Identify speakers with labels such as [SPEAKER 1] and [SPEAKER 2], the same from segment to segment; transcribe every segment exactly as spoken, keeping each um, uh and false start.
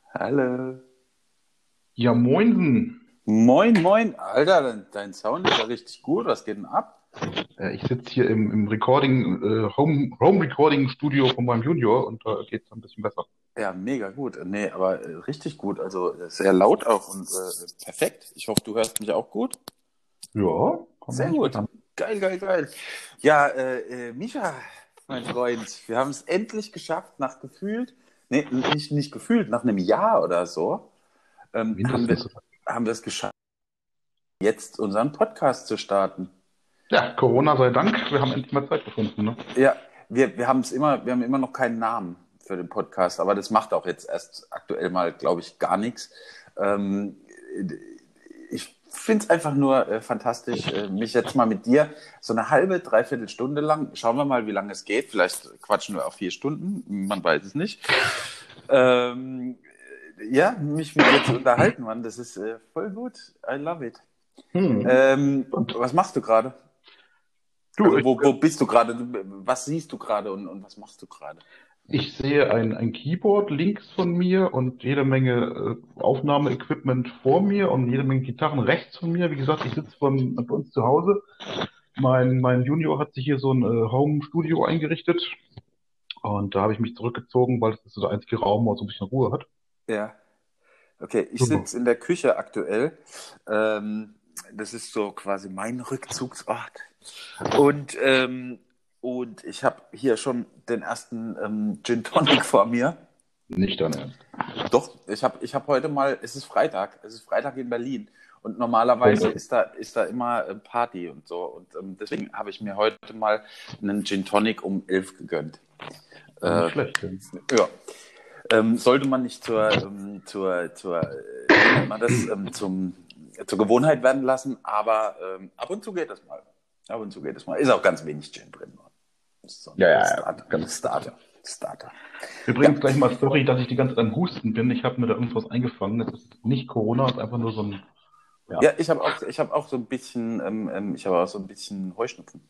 [SPEAKER 1] Hallo.
[SPEAKER 2] Ja, moinsen.
[SPEAKER 1] Moin, moin. Alter, dein, dein Sound ist ja richtig gut. Was geht denn ab?
[SPEAKER 2] Äh, ich sitze hier im, im Recording, äh, Home, Home Recording Studio von meinem Junior und da geht's ein bisschen besser.
[SPEAKER 1] Ja, mega gut. Nee, aber äh, richtig gut. Also äh, sehr laut auch und äh, perfekt. Ich hoffe, du hörst mich auch gut.
[SPEAKER 2] Ja, kann man
[SPEAKER 1] Sehr
[SPEAKER 2] nicht
[SPEAKER 1] gut.
[SPEAKER 2] meckern.
[SPEAKER 1] Geil, geil, geil. Ja, äh, äh, Mischa, mein Freund, wir haben es endlich geschafft, nach gefühlt, nee, nicht, nicht gefühlt, nach einem Jahr oder so, ähm, haben wir,
[SPEAKER 2] Mindestens.
[SPEAKER 1] haben wir es geschafft, jetzt unseren Podcast zu starten.
[SPEAKER 2] Ja, Corona sei Dank, wir haben endlich mal Zeit gefunden, ne?
[SPEAKER 1] Ja, wir, wir haben es immer, wir haben immer noch keinen Namen für den Podcast, aber das macht auch jetzt erst aktuell mal, glaube ich, gar nichts. Ähm, ich finde es einfach nur äh, fantastisch, äh, mich jetzt mal mit dir so eine halbe, dreiviertel Stunde lang, schauen wir mal, wie lange es geht. Vielleicht quatschen wir auch vier Stunden, man weiß es nicht. Ähm, ja, mich mit dir zu unterhalten, Mann, das ist äh, voll gut. I love it.
[SPEAKER 2] Hm.
[SPEAKER 1] Ähm,
[SPEAKER 2] Und
[SPEAKER 1] was machst du gerade?
[SPEAKER 2] du,
[SPEAKER 1] Also
[SPEAKER 2] ich,
[SPEAKER 1] wo, wo bist du gerade? Was siehst du gerade und, und was machst du gerade?
[SPEAKER 2] ich sehe ein, ein Keyboard links von mir und jede Menge äh, Aufnahmeequipment vor mir und jede Menge Gitarren rechts von mir. Wie gesagt, ich sitze von, bei uns zu Hause. Mein, mein Junior hat sich hier so ein äh, Home-Studio eingerichtet. Und da habe ich mich zurückgezogen, weil es so der einzige Raum, wo er so ein bisschen Ruhe hat.
[SPEAKER 1] Ja, okay. Ich
[SPEAKER 2] Ja.
[SPEAKER 1] sitze in der Küche aktuell. Ähm, das ist so quasi mein Rückzugsort. Und, ähm, und ich habe hier schon den ersten ähm, Gin Tonic vor mir.
[SPEAKER 2] Nicht dein Ernst.
[SPEAKER 1] Doch, ich habe ich hab heute mal, es ist Freitag, es ist Freitag in Berlin. Und normalerweise
[SPEAKER 2] Homeoffice.
[SPEAKER 1] ist da, ist da immer äh, Party und so. Und ähm, deswegen habe ich mir heute mal einen Gin Tonic um elf gegönnt.
[SPEAKER 2] Nicht
[SPEAKER 1] Äh,
[SPEAKER 2] schlecht. Denn.
[SPEAKER 1] ja. Ähm, sollte man nicht zur, ähm, zur, zur äh, wie nennt man das, ähm, zum, zur Gewohnheit werden lassen, aber ähm, ab und zu geht das mal. Ab und zu geht das mal. Ist auch ganz wenig Gin drin. Das ist so ein
[SPEAKER 2] Ja, ja, ja.
[SPEAKER 1] Starter.
[SPEAKER 2] Ganz,
[SPEAKER 1] Starter. Starter. Ja,
[SPEAKER 2] Übrigens gleich mal sorry, dass ich die ganze Zeit am Husten bin. Ich habe mir da irgendwas eingefangen. Das ist nicht Corona, es ist einfach nur so ein,
[SPEAKER 1] ja,
[SPEAKER 2] ja,
[SPEAKER 1] ich habe auch, ich habe auch so ein bisschen, ähm, ähm, ich habe auch so ein bisschen Heuschnupfen.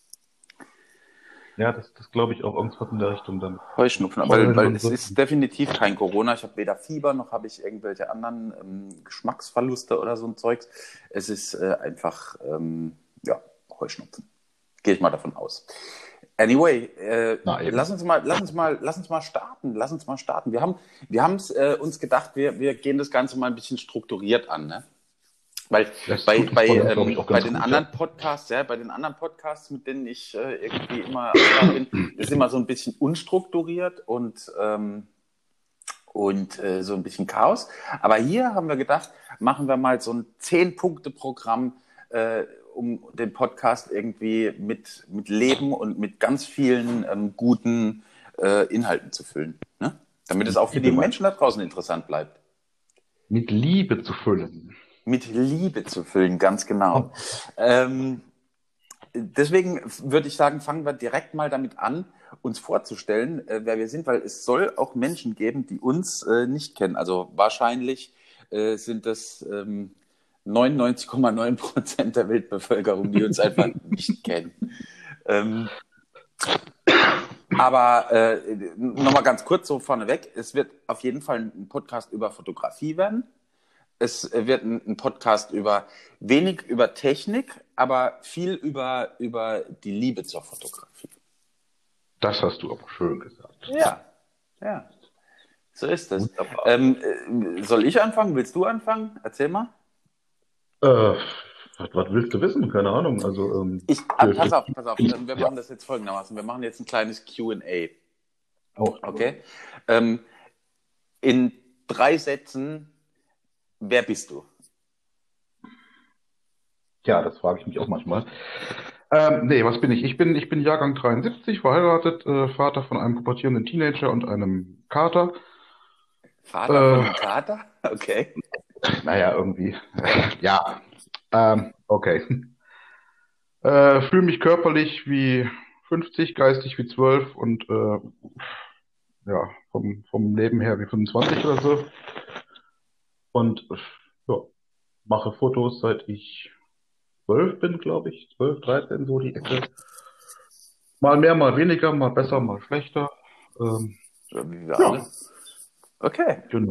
[SPEAKER 2] ja, das, das glaube ich auch irgendwas in der Richtung dann.
[SPEAKER 1] Heuschnupfen, weil,
[SPEAKER 2] Pollen
[SPEAKER 1] weil
[SPEAKER 2] und
[SPEAKER 1] es
[SPEAKER 2] so.
[SPEAKER 1] ist definitiv kein Corona. Ich habe weder Fieber noch habe ich irgendwelche anderen ähm, Geschmacksverluste oder so ein Zeugs. Es ist äh, einfach ähm, ja, Heuschnupfen. Gehe ich mal davon aus. Anyway, äh,
[SPEAKER 2] Na
[SPEAKER 1] lass
[SPEAKER 2] eben.
[SPEAKER 1] uns mal, lass uns mal, lass uns mal starten. Lass uns mal starten. Wir haben, wir haben es äh, uns gedacht, wir, wir gehen das Ganze mal ein bisschen strukturiert an, ne? Weil
[SPEAKER 2] Das
[SPEAKER 1] bei,
[SPEAKER 2] tut uns
[SPEAKER 1] bei,
[SPEAKER 2] beiden, glaube ich,
[SPEAKER 1] ähm,
[SPEAKER 2] auch
[SPEAKER 1] bei
[SPEAKER 2] ganz
[SPEAKER 1] den
[SPEAKER 2] gut, ja.
[SPEAKER 1] anderen Podcasts, ja, bei den anderen Podcasts, mit denen ich äh, irgendwie immer am Start bin, das ist immer so ein bisschen unstrukturiert und, ähm, und äh, so ein bisschen Chaos. Aber hier haben wir gedacht, machen wir mal so ein Zehn-Punkte-Programm, äh, um den Podcast irgendwie mit, mit Leben und mit ganz vielen ähm, guten äh, Inhalten zu füllen. Ne? Damit es
[SPEAKER 2] Mit
[SPEAKER 1] auch für die
[SPEAKER 2] Liebe, mein.
[SPEAKER 1] Menschen da draußen interessant bleibt.
[SPEAKER 2] Mit Liebe zu füllen.
[SPEAKER 1] Mit Liebe zu füllen, ganz genau.
[SPEAKER 2] Oh.
[SPEAKER 1] Ähm, deswegen würde ich sagen, fangen wir direkt mal damit an, uns vorzustellen, äh, wer wir sind, weil es soll auch Menschen geben, die uns äh, nicht kennen. Also wahrscheinlich äh, sind das ähm, neunundneunzig Komma neun Prozent der Weltbevölkerung, die uns einfach nicht kennen. Ähm, aber äh, nochmal ganz kurz so vorneweg, es wird auf jeden Fall ein Podcast über Fotografie werden. Es wird ein Podcast über wenig über Technik, aber viel über, über die Liebe zur Fotografie.
[SPEAKER 2] Das hast du aber schön gesagt.
[SPEAKER 1] Ja, ja, so ist es.
[SPEAKER 2] Wunderbar.
[SPEAKER 1] Ähm, äh, soll ich anfangen? Willst du anfangen? Erzähl mal.
[SPEAKER 2] Äh, was, was willst du wissen? Keine Ahnung. Also, ähm,
[SPEAKER 1] Ich, ah,
[SPEAKER 2] für, für,
[SPEAKER 1] pass auf, pass auf. Ähm, wir
[SPEAKER 2] ja.
[SPEAKER 1] machen das jetzt folgendermaßen. Wir machen jetzt ein kleines Q und A.
[SPEAKER 2] Oh.
[SPEAKER 1] Okay? Ähm, in drei Sätzen, wer bist du?
[SPEAKER 2] Ja, das frage ich mich auch manchmal. Ähm, nee, was bin ich? Ich bin, ich bin Jahrgang dreiundsiebzig, verheiratet, äh, Vater von einem pubertierenden Teenager und einem Kater.
[SPEAKER 1] Vater von
[SPEAKER 2] Äh,
[SPEAKER 1] einem Kater? Okay.
[SPEAKER 2] naja, irgendwie. Ja, ähm, okay. Äh, fühle mich körperlich wie fünfzig, geistig wie zwölf und äh, ja, vom, vom Leben her wie fünfundzwanzig oder so. Und äh, ja, mache Fotos seit ich zwölf bin, glaube ich. zwölf, dreizehn, so die Ecke. Mal mehr, mal weniger, mal besser, mal schlechter. Ähm,
[SPEAKER 1] So wie wir
[SPEAKER 2] ja,
[SPEAKER 1] alle. Okay.
[SPEAKER 2] genau.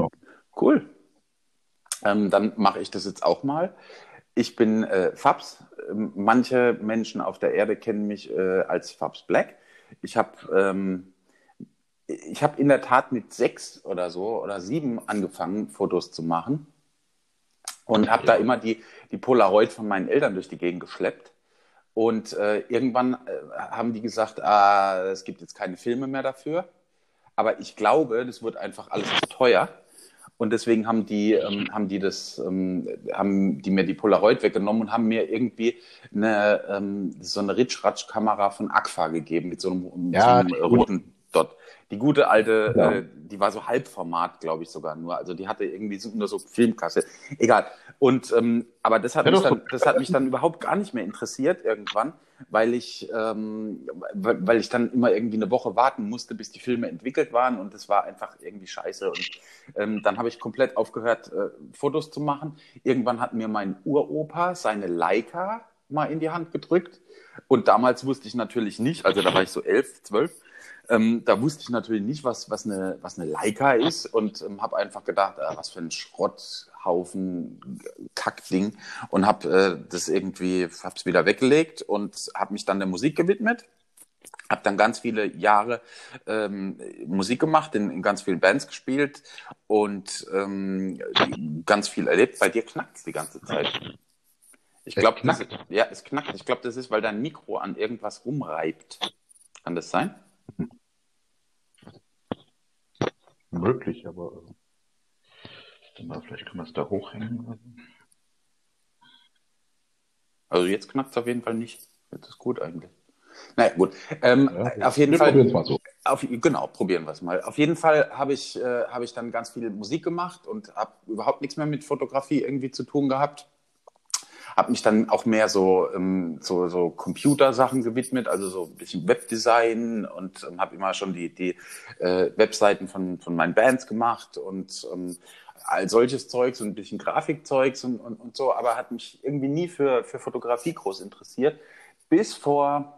[SPEAKER 1] Cool. Ähm, dann mache ich das jetzt auch mal. Ich bin äh, Fabs. Ähm, Manche Menschen auf der Erde kennen mich äh, als Fabs Black. Ich habe ähm, ich hab in der Tat mit sechs oder so oder sieben angefangen, Fotos zu machen und habe da
[SPEAKER 2] Ja.
[SPEAKER 1] immer die, die Polaroid von meinen Eltern durch die Gegend geschleppt. Und äh, irgendwann äh, haben die gesagt, ah, es gibt jetzt keine Filme mehr dafür. Aber ich glaube, das wird einfach alles zu teuer. Und deswegen haben die, ähm, haben die das, ähm, haben die mir die Polaroid weggenommen und haben mir irgendwie eine, ähm, so eine Ritsch-Ratsch-Kamera von Agfa gegeben mit so einem, so
[SPEAKER 2] Ja,
[SPEAKER 1] einem
[SPEAKER 2] die gute,
[SPEAKER 1] roten Dot. Die gute
[SPEAKER 2] ja.
[SPEAKER 1] alte, äh, die war so Halbformat, glaube ich sogar nur. Also die hatte irgendwie so, nur so Filmkasse. Egal. Und ähm, aber das hat
[SPEAKER 2] Ja,
[SPEAKER 1] mich
[SPEAKER 2] das
[SPEAKER 1] dann, das hat mich dann überhaupt gar nicht mehr interessiert irgendwann, weil ich, ähm, weil, weil ich dann immer irgendwie eine Woche warten musste, bis die Filme entwickelt waren und das war einfach irgendwie scheiße. Und ähm, dann habe ich komplett aufgehört, äh, Fotos zu machen. Irgendwann hat mir mein Uropa seine Leica mal in die Hand gedrückt und damals wusste ich natürlich nicht, also da war ich so elf, zwölf. Ähm, da wusste ich natürlich nicht, was, was, eine, was eine Leica ist und ähm, habe einfach gedacht, äh, was für ein Schrotthaufen, Kackding und habe äh, das irgendwie, habe es wieder weggelegt und habe mich dann der Musik gewidmet. Habe dann ganz viele Jahre ähm, Musik gemacht, in, in ganz vielen Bands gespielt und ähm, ganz viel erlebt. Bei dir knackt es die ganze Zeit. Ich
[SPEAKER 2] Es
[SPEAKER 1] glaube, das ist,
[SPEAKER 2] knackt.
[SPEAKER 1] ja, es knackt. Ich glaube, das ist, weil dein Mikro an irgendwas rumreibt. Kann das sein?
[SPEAKER 2] Möglich, aber äh, mal, vielleicht können wir es da hochhängen. oder so.
[SPEAKER 1] Also jetzt knackt es auf jeden Fall nicht. Jetzt ist gut eigentlich. Naja, gut. Ähm,
[SPEAKER 2] Ja,
[SPEAKER 1] auf jeden
[SPEAKER 2] wir
[SPEAKER 1] Fall,
[SPEAKER 2] probieren es mal so.
[SPEAKER 1] auf, genau, probieren wir es mal. Auf jeden Fall habe ich, äh, hab ich dann ganz viel Musik gemacht und habe überhaupt nichts mehr mit Fotografie irgendwie zu tun gehabt. Habe mich dann auch mehr so, ähm, so, so Computersachen gewidmet, also so ein bisschen Webdesign und ähm, habe immer schon die, die äh, Webseiten von, von meinen Bands gemacht und ähm, all solches Zeugs und ein bisschen Grafikzeugs und, und, und so, aber hat mich irgendwie nie für, für Fotografie groß interessiert. Bis vor,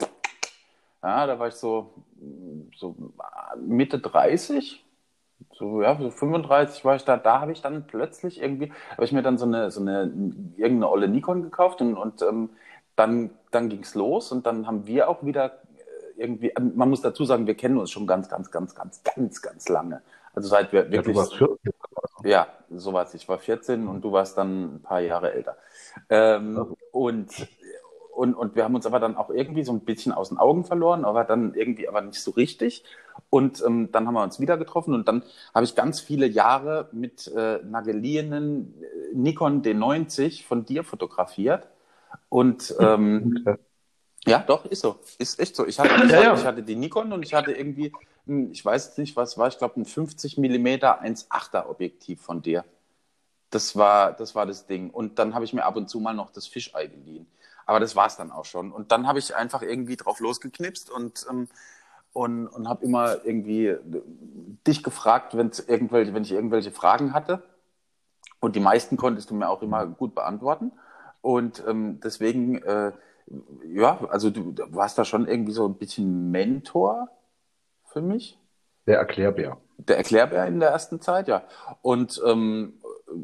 [SPEAKER 1] ja, da war ich so, so Mitte dreißig, so, ja, so fünfunddreißig war ich da, da habe ich dann plötzlich irgendwie, habe ich mir dann so eine, so eine, irgendeine olle Nikon gekauft und, und ähm, dann, dann ging es los und dann haben wir auch wieder äh, irgendwie, man muss dazu sagen, wir kennen uns schon ganz, ganz, ganz, ganz, ganz, ganz lange. Also seit wir
[SPEAKER 2] Ja, du
[SPEAKER 1] wirklich,
[SPEAKER 2] warst vierzehn.
[SPEAKER 1] ja, sowas. Ich war vierzehn und du warst dann ein paar Jahre älter. Ähm,
[SPEAKER 2] Also,
[SPEAKER 1] und, und, und wir haben uns aber dann auch irgendwie so ein bisschen aus den Augen verloren, aber dann irgendwie aber nicht so richtig. Und ähm, dann haben wir uns wieder getroffen und dann habe ich ganz viele Jahre mit äh, einer geliehenen äh, Nikon D neunzig von dir fotografiert. Und ähm,
[SPEAKER 2] und, äh,
[SPEAKER 1] ja, doch, ist so. Ist echt so. Ich hatte, ich
[SPEAKER 2] ja,
[SPEAKER 1] hatte, ich
[SPEAKER 2] ja.
[SPEAKER 1] hatte die Nikon und ich hatte irgendwie, ein, ich weiß jetzt nicht, was war, ich glaube, ein fünfzig Millimeter eins Komma achter Objektiv von dir. Das war, das war das Ding. Und dann habe ich mir ab und zu mal noch das Fischei geliehen. Aber das war es dann auch schon. Und dann habe ich einfach irgendwie drauf losgeknipst und, ähm, und, und habe immer irgendwie äh, dich gefragt, wenn's irgendwelche, wenn ich irgendwelche Fragen hatte. Und die meisten konntest du mir auch immer gut beantworten. Und ähm, deswegen, äh, ja, also du, du warst da schon irgendwie so ein bisschen Mentor für mich.
[SPEAKER 2] Der Erklärbär.
[SPEAKER 1] Der Erklärbär in der ersten Zeit, ja. Und ähm,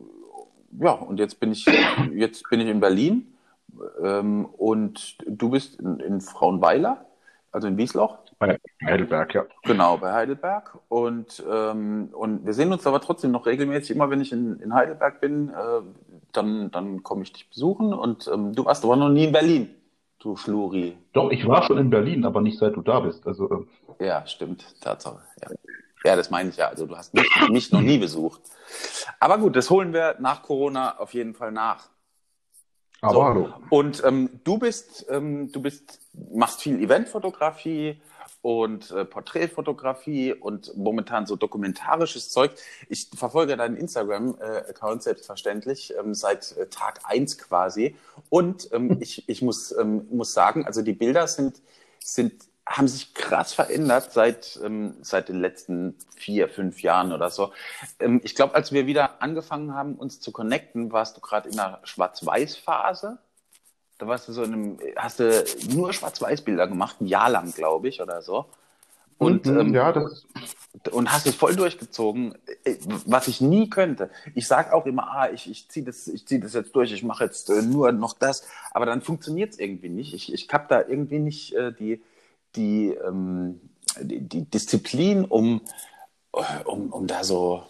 [SPEAKER 1] ja, und jetzt bin ich, jetzt bin ich in Berlin ähm, und du bist in, in Frauenweiler, also in Wiesloch.
[SPEAKER 2] Bei Heidelberg, ja.
[SPEAKER 1] Genau, bei Heidelberg. Und, ähm, und wir sehen uns aber trotzdem noch regelmäßig. Immer wenn ich in, in Heidelberg bin, äh, dann, dann komme ich dich besuchen. Und ähm, du warst aber noch nie in Berlin, du Schluri.
[SPEAKER 2] Doch, ich war schon in Berlin, aber nicht seit du da bist. Also, äh,
[SPEAKER 1] Ja, stimmt, Tatsache. Ja. Ja, das meine ich ja. Also du hast mich, mich noch nie besucht. Aber gut, das holen wir nach Corona auf jeden Fall nach.
[SPEAKER 2] aber
[SPEAKER 1] So,
[SPEAKER 2] hallo.
[SPEAKER 1] und ähm, du bist, ähm, du bist, machst viel Eventfotografie und äh, Porträtfotografie und momentan so dokumentarisches Zeug. Ich verfolge deinen Instagram-Account selbstverständlich ähm, seit äh, Tag eins quasi. Und ähm, ich, ich muss, ähm, muss sagen, also die Bilder sind, sind haben sich krass verändert seit, ähm, seit den letzten vier, fünf Jahren oder so. Ähm, ich glaube, als wir wieder angefangen haben, uns zu connecten, warst du gerade in einer Schwarz-Weiß-Phase. Da warst du so in einem, hast du nur Schwarz-Weiß-Bilder gemacht, ein Jahr lang, glaube ich, oder so. Und,
[SPEAKER 2] Mhm,
[SPEAKER 1] ähm,
[SPEAKER 2] ja, das,
[SPEAKER 1] und hast es voll durchgezogen, äh, was ich nie könnte. Ich sage auch immer, ah, ich, ich ziehe das, ich zieh das jetzt durch, ich mache jetzt äh, nur noch das, aber dann funktioniert es irgendwie nicht. Ich, ich habe da irgendwie nicht äh, die, die, ähm, die, die Disziplin, um, äh, um, um da so,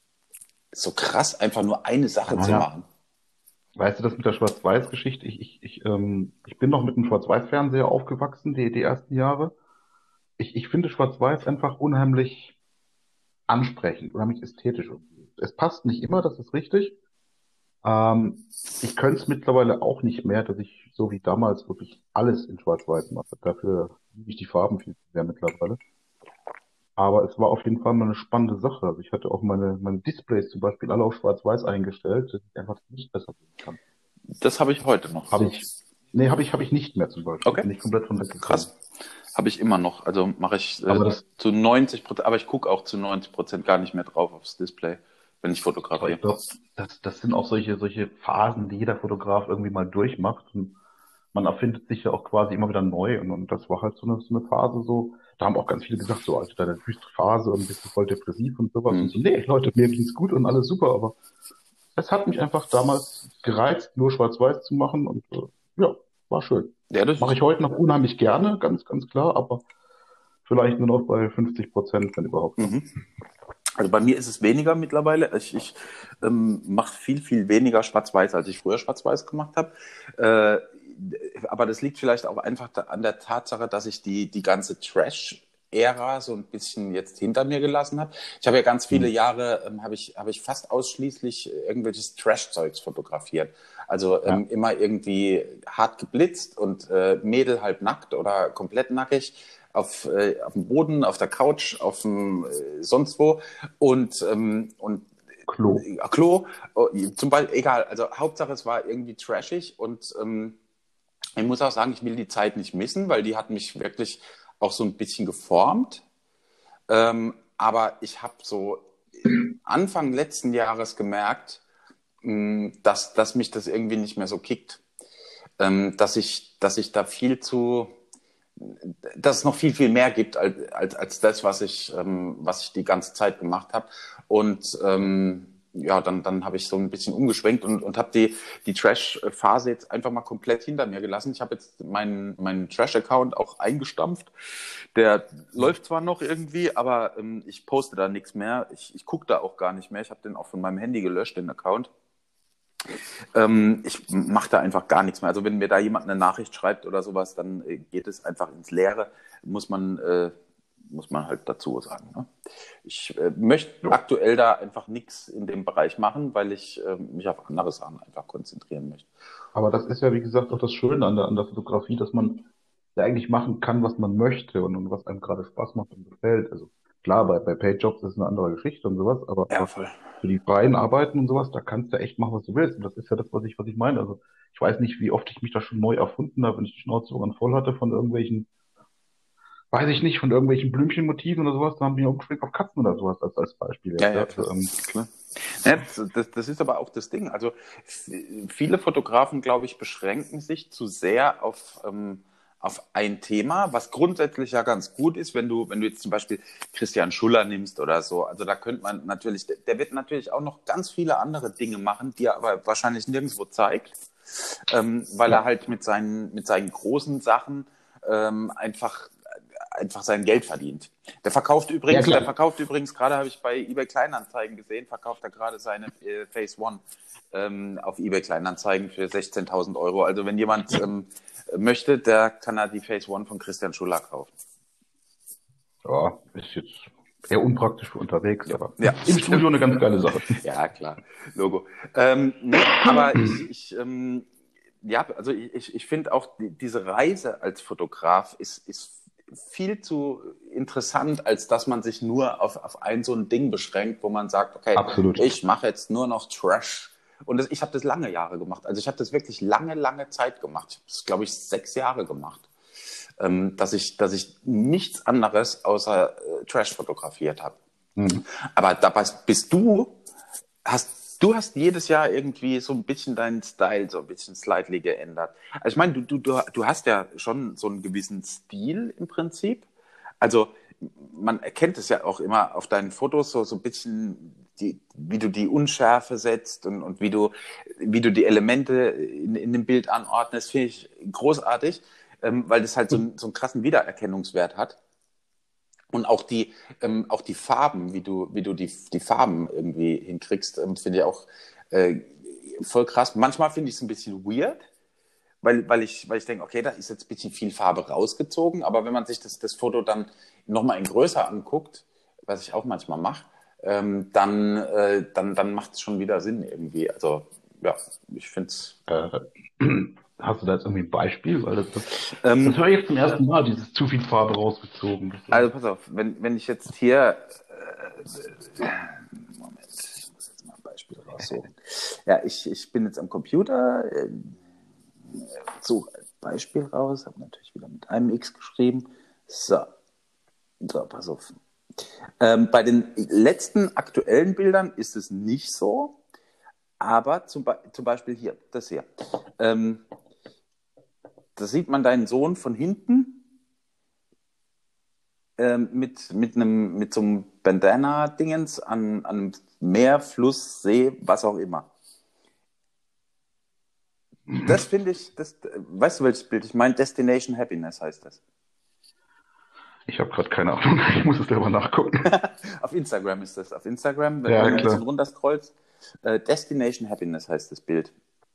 [SPEAKER 1] so krass einfach nur eine Sache zu
[SPEAKER 2] naja,
[SPEAKER 1] machen.
[SPEAKER 2] weißt du, das mit der Schwarz-Weiß-Geschichte, ich, ich, ich, ähm, ich bin noch mit einem Schwarz-Weiß-Fernseher aufgewachsen, die, die ersten Jahre. Ich, ich finde Schwarz-Weiß einfach unheimlich ansprechend, unheimlich ästhetisch. Es passt nicht immer, das ist richtig. Ähm, ich könnte es mittlerweile auch nicht mehr, dass ich so wie damals wirklich alles in Schwarz-Weiß mache. Dafür liebe ich die Farben viel zu sehr mittlerweile. Aber es war auf jeden Fall mal eine spannende Sache. Also ich hatte auch meine, meine Displays zum Beispiel alle auf Schwarz-Weiß eingestellt, dass ich einfach nicht besser sehen kann.
[SPEAKER 1] Das habe ich heute noch.
[SPEAKER 2] Habe ich, nee, habe ich, habe ich nicht mehr zum Beispiel.
[SPEAKER 1] Okay,
[SPEAKER 2] Bin ich komplett von weggekommen.
[SPEAKER 1] krass. Habe ich immer noch. Also mache ich äh,
[SPEAKER 2] Aber das,
[SPEAKER 1] zu neunzig Prozent, aber ich gucke auch zu neunzig Prozent gar nicht mehr drauf aufs Display, wenn ich
[SPEAKER 2] aber
[SPEAKER 1] fotografiere.
[SPEAKER 2] ich glaube, das, das sind auch solche, solche Phasen, die jeder Fotograf irgendwie mal durchmacht. Und man erfindet sich ja auch quasi immer wieder neu. Und, und das war halt so eine, so eine Phase so. Da haben auch ganz viele gesagt, so, Alter, deine düstere Phase und bist du voll depressiv und sowas.
[SPEAKER 1] Hm.
[SPEAKER 2] Und so, nee, Leute, mir ging's gut und alles super. Aber es hat mich einfach damals gereizt, nur schwarz-weiß zu machen. Und äh, ja, war schön.
[SPEAKER 1] Ja, das
[SPEAKER 2] Mache
[SPEAKER 1] ist
[SPEAKER 2] ich heute noch unheimlich gerne, ganz, ganz klar. Aber vielleicht nur noch bei fünfzig Prozent, wenn überhaupt noch.
[SPEAKER 1] mhm. Also bei mir ist es weniger mittlerweile. Ich, ich ähm, mache viel, viel weniger Schwarz-Weiß, als ich früher Schwarz-Weiß gemacht habe. Äh, aber das liegt vielleicht auch einfach da, an der Tatsache, dass ich die, die ganze Trash-Ära so ein bisschen jetzt hinter mir gelassen habe. Ich habe ja ganz viele
[SPEAKER 2] Hm.
[SPEAKER 1] Jahre, ähm, habe ich, habe ich fast ausschließlich irgendwelches Trash-Zeugs fotografiert. Also ähm,
[SPEAKER 2] Ja,
[SPEAKER 1] immer irgendwie hart geblitzt und äh, Mädel halb nackt oder komplett nackig auf, äh, auf dem Boden, auf der Couch, auf dem äh, sonst wo und, ähm, und
[SPEAKER 2] Klo.
[SPEAKER 1] äh, Klo, äh, zum Beispiel, egal, also Hauptsache es war irgendwie trashig und ähm, ich muss auch sagen, ich will die Zeit nicht missen, weil die hat mich wirklich auch so ein bisschen geformt. Ähm, aber ich habe so Anfang letzten Jahres gemerkt, mh, dass, dass mich das irgendwie nicht mehr so kickt. Ähm, dass ich, dass ich da viel zu, dass es noch viel, viel mehr gibt als, als, als das, was ich, ähm, was ich die ganze Zeit gemacht habe. Und ähm, ja, dann, dann habe ich so ein bisschen umgeschwenkt und, und habe die, die Trash-Phase jetzt einfach mal komplett hinter mir gelassen. Ich habe jetzt meinen, meinen Trash-Account auch eingestampft. Der läuft zwar noch irgendwie, aber ähm, ich poste da nichts mehr. Ich, ich gucke da auch gar nicht mehr. Ich habe den auch von meinem Handy gelöscht, den Account. Ähm, ich mache da einfach gar nichts mehr. Also wenn mir da jemand eine Nachricht schreibt oder sowas, dann äh, geht es einfach ins Leere. Muss man, äh, muss man halt dazu sagen. Ne? Ich äh, möchte
[SPEAKER 2] Ja.
[SPEAKER 1] aktuell da einfach nichts in dem Bereich machen, weil ich äh, mich auf andere Sachen einfach konzentrieren möchte.
[SPEAKER 2] Aber das ist ja, wie gesagt, auch das Schöne an der, an der Fotografie, dass man ja eigentlich machen kann, was man möchte und, und was einem gerade Spaß macht und gefällt. Also klar, bei, bei Paidjobs ist eine andere Geschichte und sowas, aber,
[SPEAKER 1] Ja,
[SPEAKER 2] aber
[SPEAKER 1] voll.
[SPEAKER 2] für die freien Arbeiten und sowas, da kannst du echt machen, was du willst. Und das ist ja das, was ich, was ich meine. Also ich weiß nicht, wie oft ich mich da schon neu erfunden habe, wenn ich die Schnauze irgendwann voll hatte von irgendwelchen, weiß ich nicht, von irgendwelchen Blümchenmotiven oder sowas, da haben die umgeschwenkt auf Katzen oder sowas als, als Beispiel
[SPEAKER 1] Ja,
[SPEAKER 2] jetzt.
[SPEAKER 1] ja,
[SPEAKER 2] Ja.
[SPEAKER 1] klar.
[SPEAKER 2] Also, ähm,
[SPEAKER 1] klar. Ja, das, das, das ist aber auch das Ding. Also f- viele Fotografen, glaube ich, beschränken sich zu sehr auf, ähm, auf ein Thema, was grundsätzlich ja ganz gut ist, wenn du, wenn du jetzt zum Beispiel Christian Schuller nimmst oder so. Also da könnte man natürlich, der, der wird natürlich auch noch ganz viele andere Dinge machen, die er aber wahrscheinlich nirgendwo zeigt, ähm, weil er
[SPEAKER 2] ja,
[SPEAKER 1] halt mit seinen, mit seinen großen Sachen ähm, einfach einfach sein Geld verdient. Der verkauft
[SPEAKER 2] ja
[SPEAKER 1] übrigens, der
[SPEAKER 2] klar,
[SPEAKER 1] verkauft übrigens gerade, habe ich bei eBay Kleinanzeigen gesehen, verkauft er gerade seine äh, Phase One ähm, auf eBay Kleinanzeigen für sechzehntausend Euro. Also wenn jemand ähm, möchte, der kann er die Phase One von Christian Schuller kaufen.
[SPEAKER 2] ja, ist jetzt eher unpraktisch für unterwegs,
[SPEAKER 1] Ja,
[SPEAKER 2] aber
[SPEAKER 1] ja,
[SPEAKER 2] im Studio eine ganz geile Sache.
[SPEAKER 1] ja klar, Logo. Ähm, nee, aber ich, ich ähm, ja, also ich, ich finde auch die, diese Reise als Fotograf ist, ist viel zu interessant, als dass man sich nur auf, auf ein so ein Ding beschränkt, wo man sagt, okay,
[SPEAKER 2] Absolut.
[SPEAKER 1] ich mache jetzt nur noch Trash. Und das, ich habe das lange Jahre gemacht. Also ich habe das wirklich lange, lange Zeit gemacht. Ich habe das, glaube ich, sechs Jahre gemacht, ähm, dass ich, dass ich nichts anderes außer äh, Trash fotografiert habe.
[SPEAKER 2] Mhm.
[SPEAKER 1] Aber dabei bist du, hast, du hast jedes Jahr irgendwie so ein bisschen deinen Style so ein bisschen slightly geändert. Also ich meine, du, du, du, du hast ja schon so einen gewissen Stil im Prinzip. Also man erkennt es ja auch immer auf deinen Fotos so, so ein bisschen, die, wie du die Unschärfe setzt und, und wie du, wie du die Elemente in, in dem Bild anordnest, finde ich großartig, ähm, weil das halt so, einen- so einen krassen Wiedererkennungswert hat. Und auch die, ähm, auch die Farben, wie du, wie du die, die Farben irgendwie hinkriegst, ähm, finde ich auch äh, voll krass. Manchmal finde ich es ein bisschen weird, weil, weil ich, weil ich denke, okay, da ist jetzt ein bisschen viel Farbe rausgezogen, aber wenn man sich das, das Foto dann nochmal in größer anguckt, was ich auch manchmal mache, ähm, dann, äh, dann, dann macht es schon wieder Sinn irgendwie. Also ja, ich finde es.
[SPEAKER 2] Äh, hast du da jetzt irgendwie ein Beispiel? Weil das, das, das
[SPEAKER 1] Ähm,
[SPEAKER 2] höre ich jetzt zum ersten Mal, dieses zu viel Farbe rausgezogen. Das,
[SPEAKER 1] also
[SPEAKER 2] äh,
[SPEAKER 1] pass auf, wenn, wenn ich jetzt hier, äh, Moment, ich muss jetzt mal ein Beispiel raussuchen. Ja, ich, ich bin jetzt am Computer, äh, suche ein Beispiel raus, habe natürlich wieder mit einem X geschrieben. So, so, pass auf. Ähm, bei den letzten aktuellen Bildern ist es nicht so, aber zum, Be zum Beispiel hier, das hier. Ähm, da sieht man deinen Sohn von hinten ähm, mit, mit, einem, mit so einem Bandana-Dingens an, an einem Meer, Fluss, See, was auch immer. Das finde ich, das, weißt du, welches Bild ich meine? Destination Happiness heißt das.
[SPEAKER 2] ich habe gerade keine Ahnung, ich muss es selber nachgucken.
[SPEAKER 1] Auf Instagram ist das. Auf Instagram, wenn,
[SPEAKER 2] Ja,
[SPEAKER 1] wenn du ein bisschen
[SPEAKER 2] klar.
[SPEAKER 1] runter scrollst, äh, Destination Happiness heißt das Bild.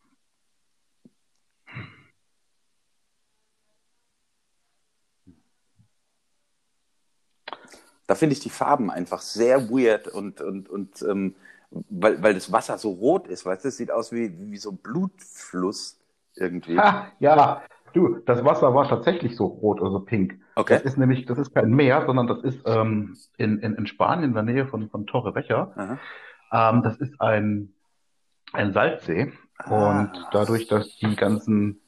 [SPEAKER 1] Da finde ich die Farben einfach sehr weird und, und, und ähm, weil, weil das Wasser so rot ist, weißt du, es sieht aus wie, wie so ein Blutfluss irgendwie.
[SPEAKER 2] Ha, ja, du, das Wasser war tatsächlich so rot, also pink. Das
[SPEAKER 1] Okay.
[SPEAKER 2] ist nämlich, das ist kein Meer, sondern das ist ähm, in, in, in Spanien, in der Nähe von, von Torrevieja.
[SPEAKER 1] Aha.
[SPEAKER 2] Ähm, das ist ein, ein Salzsee. Und
[SPEAKER 1] Ah,
[SPEAKER 2] dadurch, dass die ganzen,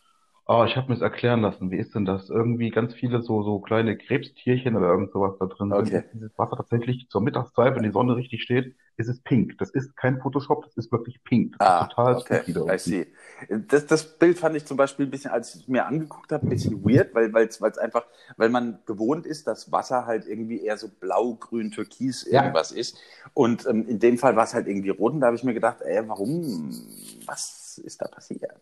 [SPEAKER 2] oh, ich habe mir es erklären lassen, wie ist denn das? Irgendwie ganz viele so, so kleine Krebstierchen oder irgend sowas da drin sind,
[SPEAKER 1] okay.
[SPEAKER 2] ist dieses Wasser tatsächlich zur Mittagszeit, wenn die Sonne richtig steht, ist es pink. Das ist kein Photoshop, das ist wirklich pink. Das ist
[SPEAKER 1] Ah,
[SPEAKER 2] total
[SPEAKER 1] okay,
[SPEAKER 2] spooky da
[SPEAKER 1] I
[SPEAKER 2] unten.
[SPEAKER 1] see. Das, das Bild fand ich zum Beispiel ein bisschen, als ich es mir angeguckt habe, ein bisschen weird, weil weil es einfach, weil man gewohnt ist, dass Wasser halt irgendwie eher so blau, grün, türkis
[SPEAKER 2] Ja,
[SPEAKER 1] irgendwas ist. Und ähm, in dem Fall war es halt irgendwie rot und da habe ich mir gedacht, ey, warum, was ist da passiert?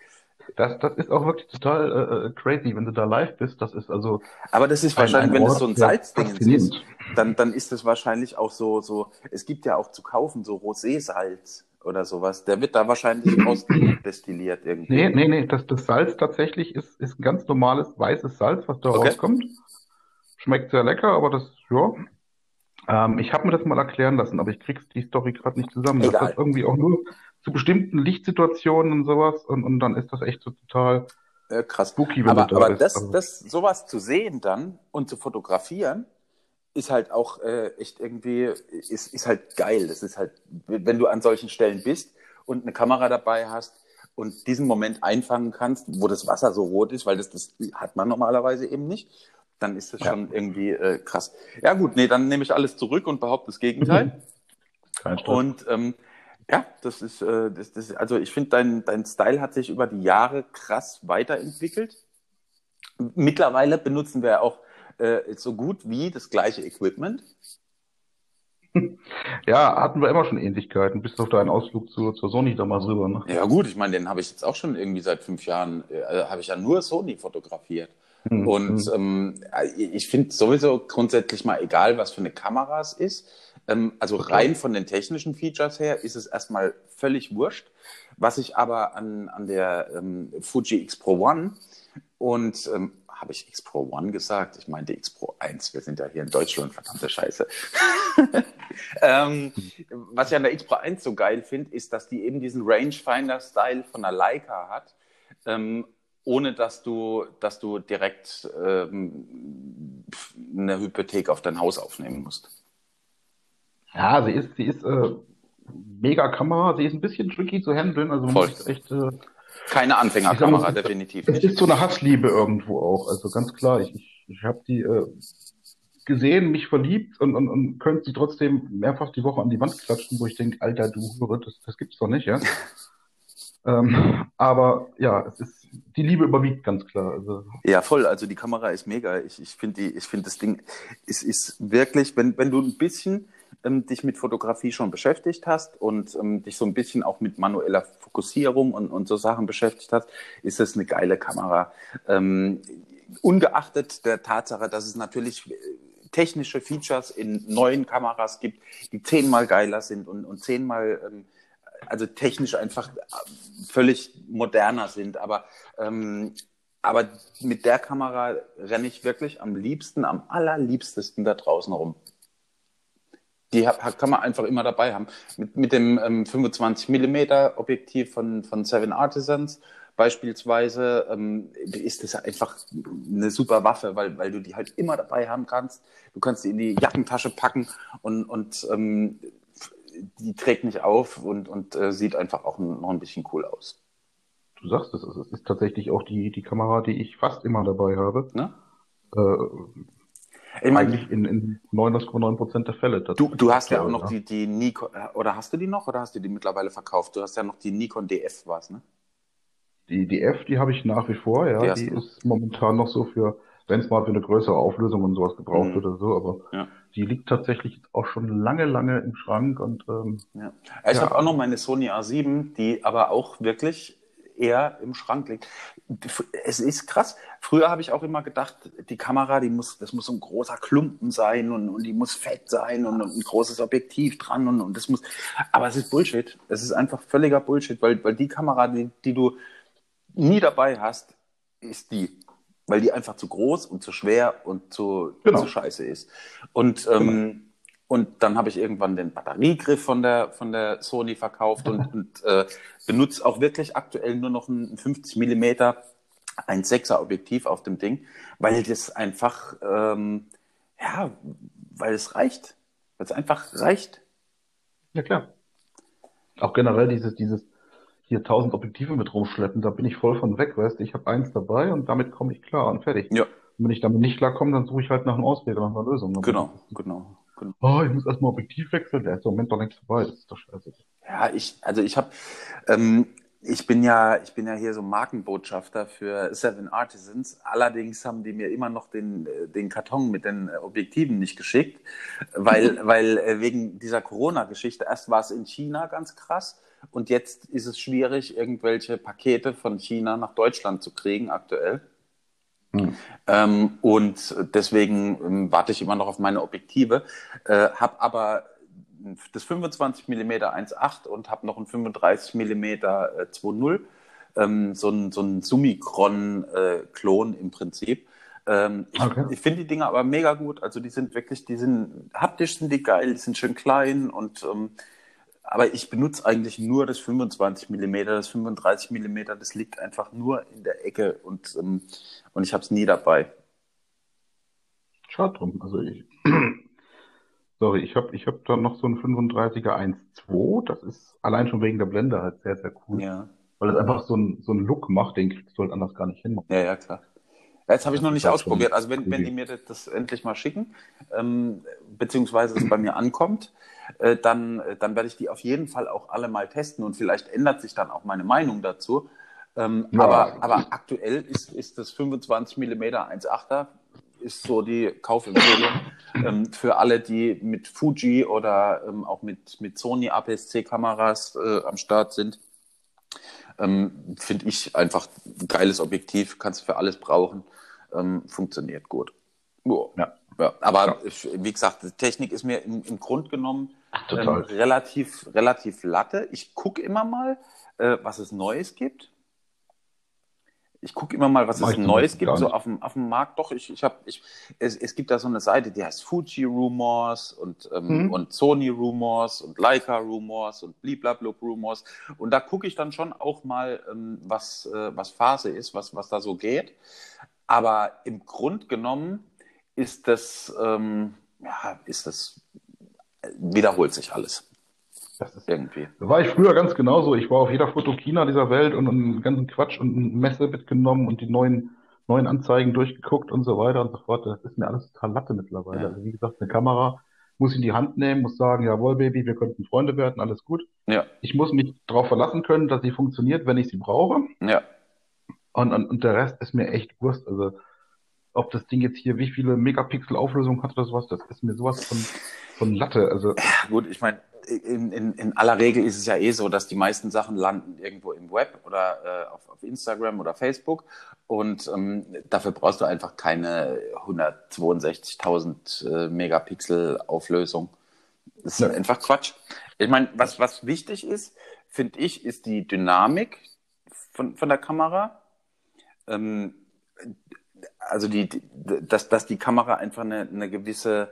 [SPEAKER 2] das, das ist auch wirklich total äh, äh, crazy, wenn du da live bist. Das ist also
[SPEAKER 1] Aber das ist
[SPEAKER 2] ein,
[SPEAKER 1] wahrscheinlich,
[SPEAKER 2] ein
[SPEAKER 1] wenn das so ein
[SPEAKER 2] Ort, der
[SPEAKER 1] Salzdingens ist,
[SPEAKER 2] faszinierend.
[SPEAKER 1] dann, dann ist das wahrscheinlich auch so, so, es gibt ja auch zu kaufen so Rosésalz oder sowas. Der wird da wahrscheinlich rausdestilliert
[SPEAKER 2] Nee,
[SPEAKER 1] irgendwie.
[SPEAKER 2] nee, nee, das, das Salz tatsächlich ist, ist ein ganz normales weißes Salz, was da
[SPEAKER 1] Okay?
[SPEAKER 2] rauskommt. Schmeckt sehr lecker, aber das, ja. Ähm, ich habe mir das mal erklären lassen, aber ich krieg's die Story gerade nicht zusammen. Dass das
[SPEAKER 1] Egal.
[SPEAKER 2] irgendwie auch nur zu bestimmten Lichtsituationen und sowas und, und dann ist das echt so total
[SPEAKER 1] Ja, krass.
[SPEAKER 2] spooky, wenn du
[SPEAKER 1] Aber,
[SPEAKER 2] da
[SPEAKER 1] aber
[SPEAKER 2] bist.
[SPEAKER 1] das,
[SPEAKER 2] Also,
[SPEAKER 1] das, sowas zu sehen dann und zu fotografieren, ist halt auch äh, echt irgendwie, ist, ist halt geil. Das ist halt, wenn du an solchen Stellen bist und eine Kamera dabei hast und diesen Moment einfangen kannst, wo das Wasser so rot ist, weil das, das hat man normalerweise eben nicht, dann ist das
[SPEAKER 2] ja,
[SPEAKER 1] schon irgendwie äh, krass. Ja gut, nee, dann nehme ich alles zurück und behaupte das Gegenteil.
[SPEAKER 2] kein Stress.
[SPEAKER 1] Und ähm, ja, das ist, äh, das, das, also ich finde, dein, dein Style hat sich über die Jahre krass weiterentwickelt. Mittlerweile benutzen wir auch äh, so gut wie das gleiche Equipment.
[SPEAKER 2] Ja, hatten wir immer schon Ähnlichkeiten, bis auf deinen Ausflug zur, zur Sony damals rüber, ne?
[SPEAKER 1] Ja gut, ich meine, den habe ich jetzt auch schon irgendwie seit fünf Jahren, äh, habe ich ja nur Sony fotografiert.
[SPEAKER 2] Hm,
[SPEAKER 1] Und
[SPEAKER 2] hm.
[SPEAKER 1] ähm, ich finde sowieso grundsätzlich mal egal, was für eine Kamera es ist. Ähm, also
[SPEAKER 2] Total.
[SPEAKER 1] rein von den technischen Features her ist es erstmal völlig wurscht. Was ich aber an, an der ähm, Fuji X Pro One und ähm, habe ich X Pro One gesagt? Ich meinte X Pro eins. Wir sind ja hier in Deutschland, verdammte Scheiße. ähm, was ich an der X Pro eins so geil finde, ist, dass die eben diesen Rangefinder-Style von der Leica hat, ähm, ohne dass du, dass du direkt ähm, eine Hypothek auf dein Haus aufnehmen musst.
[SPEAKER 2] Ja, sie ist, sie ist äh, mega Kamera, sie ist ein bisschen tricky zu handeln, also man muss
[SPEAKER 1] Voll.
[SPEAKER 2] sich echt, äh,
[SPEAKER 1] Keine
[SPEAKER 2] ich sag mal, es
[SPEAKER 1] Anfängerkamera,
[SPEAKER 2] ist,
[SPEAKER 1] definitiv
[SPEAKER 2] es
[SPEAKER 1] nicht.
[SPEAKER 2] ist so eine Hassliebe irgendwo auch, also ganz klar, ich, ich, ich habe die äh, gesehen, mich verliebt und, und, und könnte sie trotzdem mehrfach die Woche an die Wand klatschen, wo ich denke, Alter, du Hure, das, das gibt's doch nicht, ja. Ähm, aber ja, es ist, die Liebe überwiegt ganz klar. Also,
[SPEAKER 1] Ja, voll. Also die Kamera ist mega. Ich, ich finde die, ich finde das Ding, es ist wirklich, wenn, wenn du ein bisschen ähm, dich mit Fotografie schon beschäftigt hast und ähm, dich so ein bisschen auch mit manueller Fokussierung und, und so Sachen beschäftigt hast, ist das eine geile Kamera. Ähm, ungeachtet der Tatsache, dass es natürlich äh, technische Features in neuen Kameras gibt, die zehnmal geiler sind und, und zehnmal ähm, also technisch einfach völlig moderner sind. Aber, ähm, aber mit der Kamera renne ich wirklich am liebsten, am allerliebstesten da draußen rum. Die kann man einfach immer dabei haben. Mit, mit dem ähm, fünfundzwanzig Millimeter Objektiv von, von Seven Artisans beispielsweise ähm, ist das einfach eine super Waffe, weil, weil du die halt immer dabei haben kannst. Du kannst die in die Jackentasche packen und, und ähm, die trägt nicht auf und, und äh, sieht einfach auch noch ein bisschen cool aus.
[SPEAKER 2] du sagst es, es ist tatsächlich auch die, die Kamera, die ich fast immer dabei habe.
[SPEAKER 1] Ne?
[SPEAKER 2] Äh,
[SPEAKER 1] Ich meine,
[SPEAKER 2] eigentlich in, in neunundneunzig Komma neun Prozent der Fälle
[SPEAKER 1] du,
[SPEAKER 2] tatsächlich
[SPEAKER 1] du hast ja auch
[SPEAKER 2] aktuell,
[SPEAKER 1] noch
[SPEAKER 2] ja.
[SPEAKER 1] die, die Nikon, oder hast du die noch oder hast du die mittlerweile verkauft? Du hast ja noch die Nikon D F, was, ne?
[SPEAKER 2] Die, die F, die habe ich nach wie vor,
[SPEAKER 1] Die
[SPEAKER 2] ja.
[SPEAKER 1] hast
[SPEAKER 2] Die
[SPEAKER 1] du noch.
[SPEAKER 2] ist momentan noch so für, wenn es mal für eine größere Auflösung und sowas gebraucht wird
[SPEAKER 1] Mhm.
[SPEAKER 2] oder so, aber
[SPEAKER 1] Ja.
[SPEAKER 2] die liegt tatsächlich auch schon lange, lange im Schrank und ähm,
[SPEAKER 1] Ja. Ja, ich habe auch
[SPEAKER 2] ja,
[SPEAKER 1] noch meine Sony A sieben, die aber auch wirklich eher im Schrank liegt. Es ist krass. Früher habe ich auch immer gedacht, die Kamera, die muss, das muss so ein großer Klumpen sein und, und die muss fett sein und, und ein großes Objektiv dran und, und das muss. Aber es ist Bullshit. Es ist einfach völliger Bullshit, weil, weil die Kamera, die, die du nie dabei hast, ist die. Weil die einfach zu groß und zu schwer und zu, zu
[SPEAKER 2] genau,
[SPEAKER 1] scheiße ist. Und,
[SPEAKER 2] genau.
[SPEAKER 1] ähm, und dann habe ich irgendwann den Batteriegriff von der, von der Sony verkauft und, und äh, benutze auch wirklich aktuell nur noch ein fünfzig Millimeter ein Sechser Objektiv auf dem Ding, weil das einfach, ähm, ja, weil es reicht. Weil es einfach reicht.
[SPEAKER 2] Ja klar. Auch generell dieses, dieses hier tausend Objektive mit rumschleppen, da bin ich voll von weg, weißt du. Ich habe eins dabei und damit komme ich klar und fertig.
[SPEAKER 1] Ja,
[SPEAKER 2] Und wenn ich damit nicht klarkomme, dann suche ich halt nach einem Ausweg oder nach einer Lösung. Aber
[SPEAKER 1] genau,
[SPEAKER 2] dieses, dieses,
[SPEAKER 1] genau, genau.
[SPEAKER 2] oh, ich muss erstmal Objektiv wechseln, der ist im Moment doch längst vorbei, das ist doch scheiße.
[SPEAKER 1] Ja, ich, also ich habe, ähm, ich bin ja, ich bin ja hier so Markenbotschafter für Seven Artisans. Allerdings haben die mir immer noch den, äh, den Karton mit den äh, Objektiven nicht geschickt, weil, weil äh, wegen dieser Corona-Geschichte. Erst war es in China ganz krass und jetzt ist es schwierig, irgendwelche Pakete von China nach Deutschland zu kriegen aktuell.
[SPEAKER 2] Hm.
[SPEAKER 1] Ähm, und deswegen ähm, warte ich immer noch auf meine Objektive, äh, habe aber das fünfundzwanzig Millimeter eins Komma acht und habe noch ein fünfunddreißig Millimeter äh, zwei Komma null, ähm, so ein, so ein Summicron-Klon äh, im Prinzip. Ähm, ich
[SPEAKER 2] Okay.
[SPEAKER 1] ich finde die Dinger aber mega gut. Also die sind wirklich, die sind haptisch sind die geil, die sind schön klein und ähm, aber ich benutze eigentlich nur das fünfundzwanzig Millimeter. Das fünfunddreißig Millimeter, das liegt einfach nur in der Ecke und, ähm, und ich habe es nie dabei.
[SPEAKER 2] Schade drum. Also ich, sorry, ich habe ich hab da noch so ein fünfunddreißiger eins Komma zwei. Das ist allein schon wegen der Blende halt sehr, sehr cool.
[SPEAKER 1] Ja,
[SPEAKER 2] Weil es einfach so ein, so ein Look macht, den kriegst du halt anders gar nicht hin.
[SPEAKER 1] ja, ja, klar. Jetzt habe ich
[SPEAKER 2] Das
[SPEAKER 1] noch
[SPEAKER 2] ist
[SPEAKER 1] nicht
[SPEAKER 2] halt schon
[SPEAKER 1] ausprobiert. Also wenn, wenn die
[SPEAKER 2] groovy.
[SPEAKER 1] mir das, das endlich mal schicken, ähm, beziehungsweise es bei mir ankommt, äh, dann, äh, dann werde ich die auf jeden Fall auch alle mal testen und vielleicht ändert sich dann auch meine Meinung dazu. Ähm,
[SPEAKER 2] Ja,
[SPEAKER 1] aber, aber aktuell ist, ist das fünfundzwanzig Millimeter eins Komma achter ist so die Kaufempfehlung ähm, für alle, die mit Fuji oder ähm, auch mit, mit Sony A P S C-Kameras äh, am Start sind. Ähm, Finde ich einfach ein geiles Objektiv, kannst du für alles brauchen, ähm, funktioniert gut. Ja.
[SPEAKER 2] ja,
[SPEAKER 1] Ja, aber
[SPEAKER 2] ja,
[SPEAKER 1] ich, wie gesagt, die Technik ist mir im, im Grund genommen ähm,
[SPEAKER 2] total.
[SPEAKER 1] relativ, relativ latte. Ich gucke immer mal, äh, was es Neues gibt. Ich gucke immer mal, was
[SPEAKER 2] Mach
[SPEAKER 1] es
[SPEAKER 2] ich zum
[SPEAKER 1] Neues
[SPEAKER 2] Beispiel
[SPEAKER 1] gibt,
[SPEAKER 2] gar
[SPEAKER 1] so
[SPEAKER 2] nicht.
[SPEAKER 1] auf dem, auf dem Markt. Doch, ich, ich habe, ich, es, es gibt da so eine Seite, die heißt Fuji Rumors und, ähm,
[SPEAKER 2] Hm?
[SPEAKER 1] und Sony Rumors und Leica Rumors und Bliblablub Rumors. Und da gucke ich dann schon auch mal, ähm, was, äh, was Phase ist, was, was da so geht. Aber im Grund genommen ist das, ähm, ja, ist das, wiederholt sich alles
[SPEAKER 2] Das ist,
[SPEAKER 1] irgendwie.
[SPEAKER 2] da war ich früher ganz genauso. Ich war auf jeder Fotokina dieser Welt und einen ganzen Quatsch und eine Messe mitgenommen und die neuen, neuen Anzeigen durchgeguckt und so weiter und so fort. Das ist mir alles total Latte mittlerweile.
[SPEAKER 1] Ja,
[SPEAKER 2] Also wie gesagt, eine Kamera muss ich in die Hand nehmen, muss sagen, jawohl, Baby, wir könnten Freunde werden, alles gut.
[SPEAKER 1] ja,
[SPEAKER 2] Ich muss mich darauf verlassen können, dass sie funktioniert, wenn ich sie brauche.
[SPEAKER 1] ja,
[SPEAKER 2] Und, und, und der Rest ist mir echt Wurst. Also, ob das Ding jetzt hier wie viele Megapixel Auflösung hat oder sowas, das ist mir sowas von, von Latte. Also,
[SPEAKER 1] Gut, ich meine, in, in, in aller Regel ist es ja eh so, dass die meisten Sachen landen irgendwo im Web oder äh, auf, auf Instagram oder Facebook und ähm, dafür brauchst du einfach keine hundertzweiundsechzigtausend äh, Megapixel Auflösung. Das ist
[SPEAKER 2] ne,
[SPEAKER 1] einfach Quatsch. Ich meine, was, was wichtig ist, finde ich, ist die Dynamik von, von der Kamera. Ähm, also die, die, dass, dass die Kamera einfach eine, eine gewisse,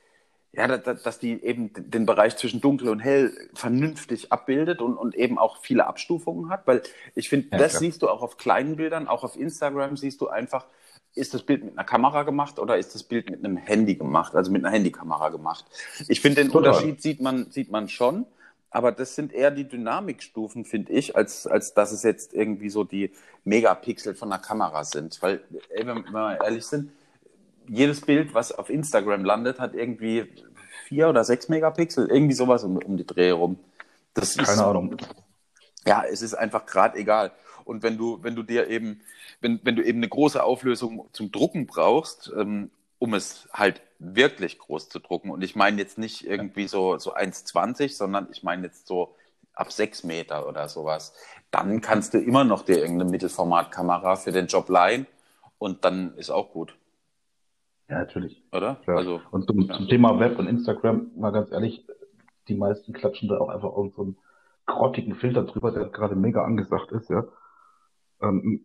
[SPEAKER 1] ja, dass, dass die eben den Bereich zwischen dunkel und hell vernünftig abbildet und, und eben auch viele Abstufungen hat, weil ich finde,
[SPEAKER 2] ja,
[SPEAKER 1] das
[SPEAKER 2] klar.
[SPEAKER 1] siehst du auch auf kleinen Bildern, auch auf Instagram siehst du einfach, ist das Bild mit einer Kamera gemacht oder ist das Bild mit einem Handy gemacht, also mit einer Handykamera gemacht. Ich finde, den
[SPEAKER 2] Total.
[SPEAKER 1] Unterschied sieht man, sieht man schon, aber das sind eher die Dynamikstufen, finde ich, als, als dass es jetzt irgendwie so die Megapixel von der Kamera sind. Weil, ey, wenn, wenn wir ehrlich sind, jedes Bild, was auf Instagram landet, hat irgendwie vier oder sechs Megapixel, irgendwie sowas um, um die Dreh rum. Das
[SPEAKER 2] Keine
[SPEAKER 1] ist,
[SPEAKER 2] Ahnung.
[SPEAKER 1] ja, es ist einfach gerade egal. Und wenn du, wenn du dir eben, wenn, wenn du eben eine große Auflösung zum Drucken brauchst, ähm, um es halt wirklich groß zu drucken, und ich meine jetzt nicht irgendwie so, so eins zwanzig, sondern ich meine jetzt so ab sechs Meter oder sowas, dann kannst du immer noch dir irgendeine Mittelformatkamera für den Job leihen und dann ist auch gut,
[SPEAKER 2] Ja, natürlich.
[SPEAKER 1] oder?
[SPEAKER 2] Klar.
[SPEAKER 1] Also,
[SPEAKER 2] Und zum,
[SPEAKER 1] ja.
[SPEAKER 2] zum Thema Web und Instagram, mal ganz ehrlich, die meisten klatschen da auch einfach irgend so einen grottigen Filter drüber, der gerade mega angesagt ist, ja. Ähm,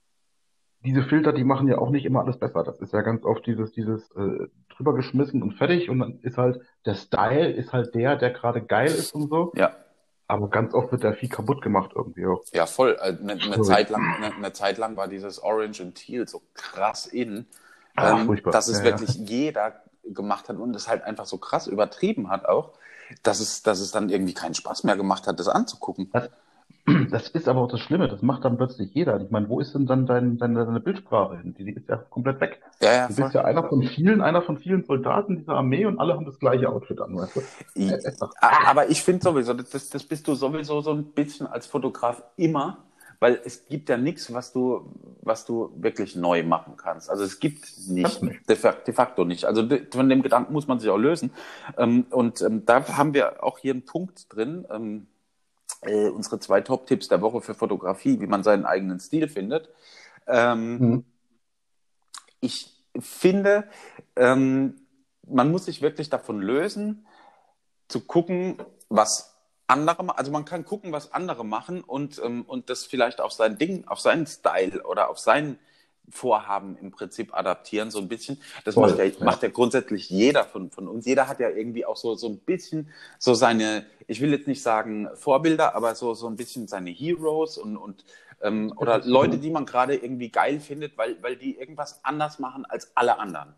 [SPEAKER 2] diese Filter, die machen ja auch nicht immer alles besser. Das ist ja ganz oft dieses, dieses äh, drüber geschmissen und fertig und dann ist halt, der Style ist halt der, der gerade geil ist und so.
[SPEAKER 1] Ja,
[SPEAKER 2] Aber ganz oft wird der viel kaputt gemacht irgendwie auch.
[SPEAKER 1] ja, voll. Also Eine, eine
[SPEAKER 2] Sorry.
[SPEAKER 1] Zeit lang, eine, eine Zeit lang war dieses Orange und Teal so krass in,
[SPEAKER 2] Ah,
[SPEAKER 1] ähm,
[SPEAKER 2] furchtbar.
[SPEAKER 1] dass es
[SPEAKER 2] Ja, ja.
[SPEAKER 1] wirklich jeder gemacht hat und es halt einfach so krass übertrieben hat auch, dass es, dass es dann irgendwie keinen Spaß mehr gemacht hat, das anzugucken.
[SPEAKER 2] Das, das ist aber auch das Schlimme, das macht dann plötzlich jeder. Ich meine, wo ist denn dann dein, deine, deine Bildsprache hin? Die, die ist ja komplett weg.
[SPEAKER 1] Ja, ja,
[SPEAKER 2] Du
[SPEAKER 1] voll.
[SPEAKER 2] bist ja einer von vielen, einer von vielen Soldaten dieser Armee und alle haben das gleiche Outfit an, weißt du?
[SPEAKER 1] I-
[SPEAKER 2] Äh, ist doch,
[SPEAKER 1] a- Aber ich finde sowieso, das, das bist du sowieso so ein bisschen als Fotograf immer, weil es gibt ja nichts, was du, was du wirklich neu machen kannst. Also es gibt
[SPEAKER 2] kannst
[SPEAKER 1] nicht,
[SPEAKER 2] du nicht.
[SPEAKER 1] de fa- de facto nicht. Also de, von dem Gedanken muss man sich auch lösen. Ähm, und ähm, da haben wir auch hier einen Punkt drin, ähm, äh, unsere zwei Top-Tipps der Woche für Fotografie, wie man seinen eigenen Stil findet. Ähm,
[SPEAKER 2] Mhm.
[SPEAKER 1] ich finde, ähm, man muss sich wirklich davon lösen, zu gucken, was andere machen. Also man kann gucken, was andere machen und, ähm, und das vielleicht auf sein Ding, auf seinen Style oder auf sein Vorhaben im Prinzip adaptieren, so ein bisschen. Das macht ja,
[SPEAKER 2] Voll,
[SPEAKER 1] macht
[SPEAKER 2] ja.
[SPEAKER 1] ja grundsätzlich jeder von, von uns. Jeder hat ja irgendwie auch so, so ein bisschen so seine, ich will jetzt nicht sagen Vorbilder, aber so, so ein bisschen seine Heroes und, und ähm, oder Leute, die man gerade irgendwie geil findet, weil, weil die irgendwas anders machen als alle anderen.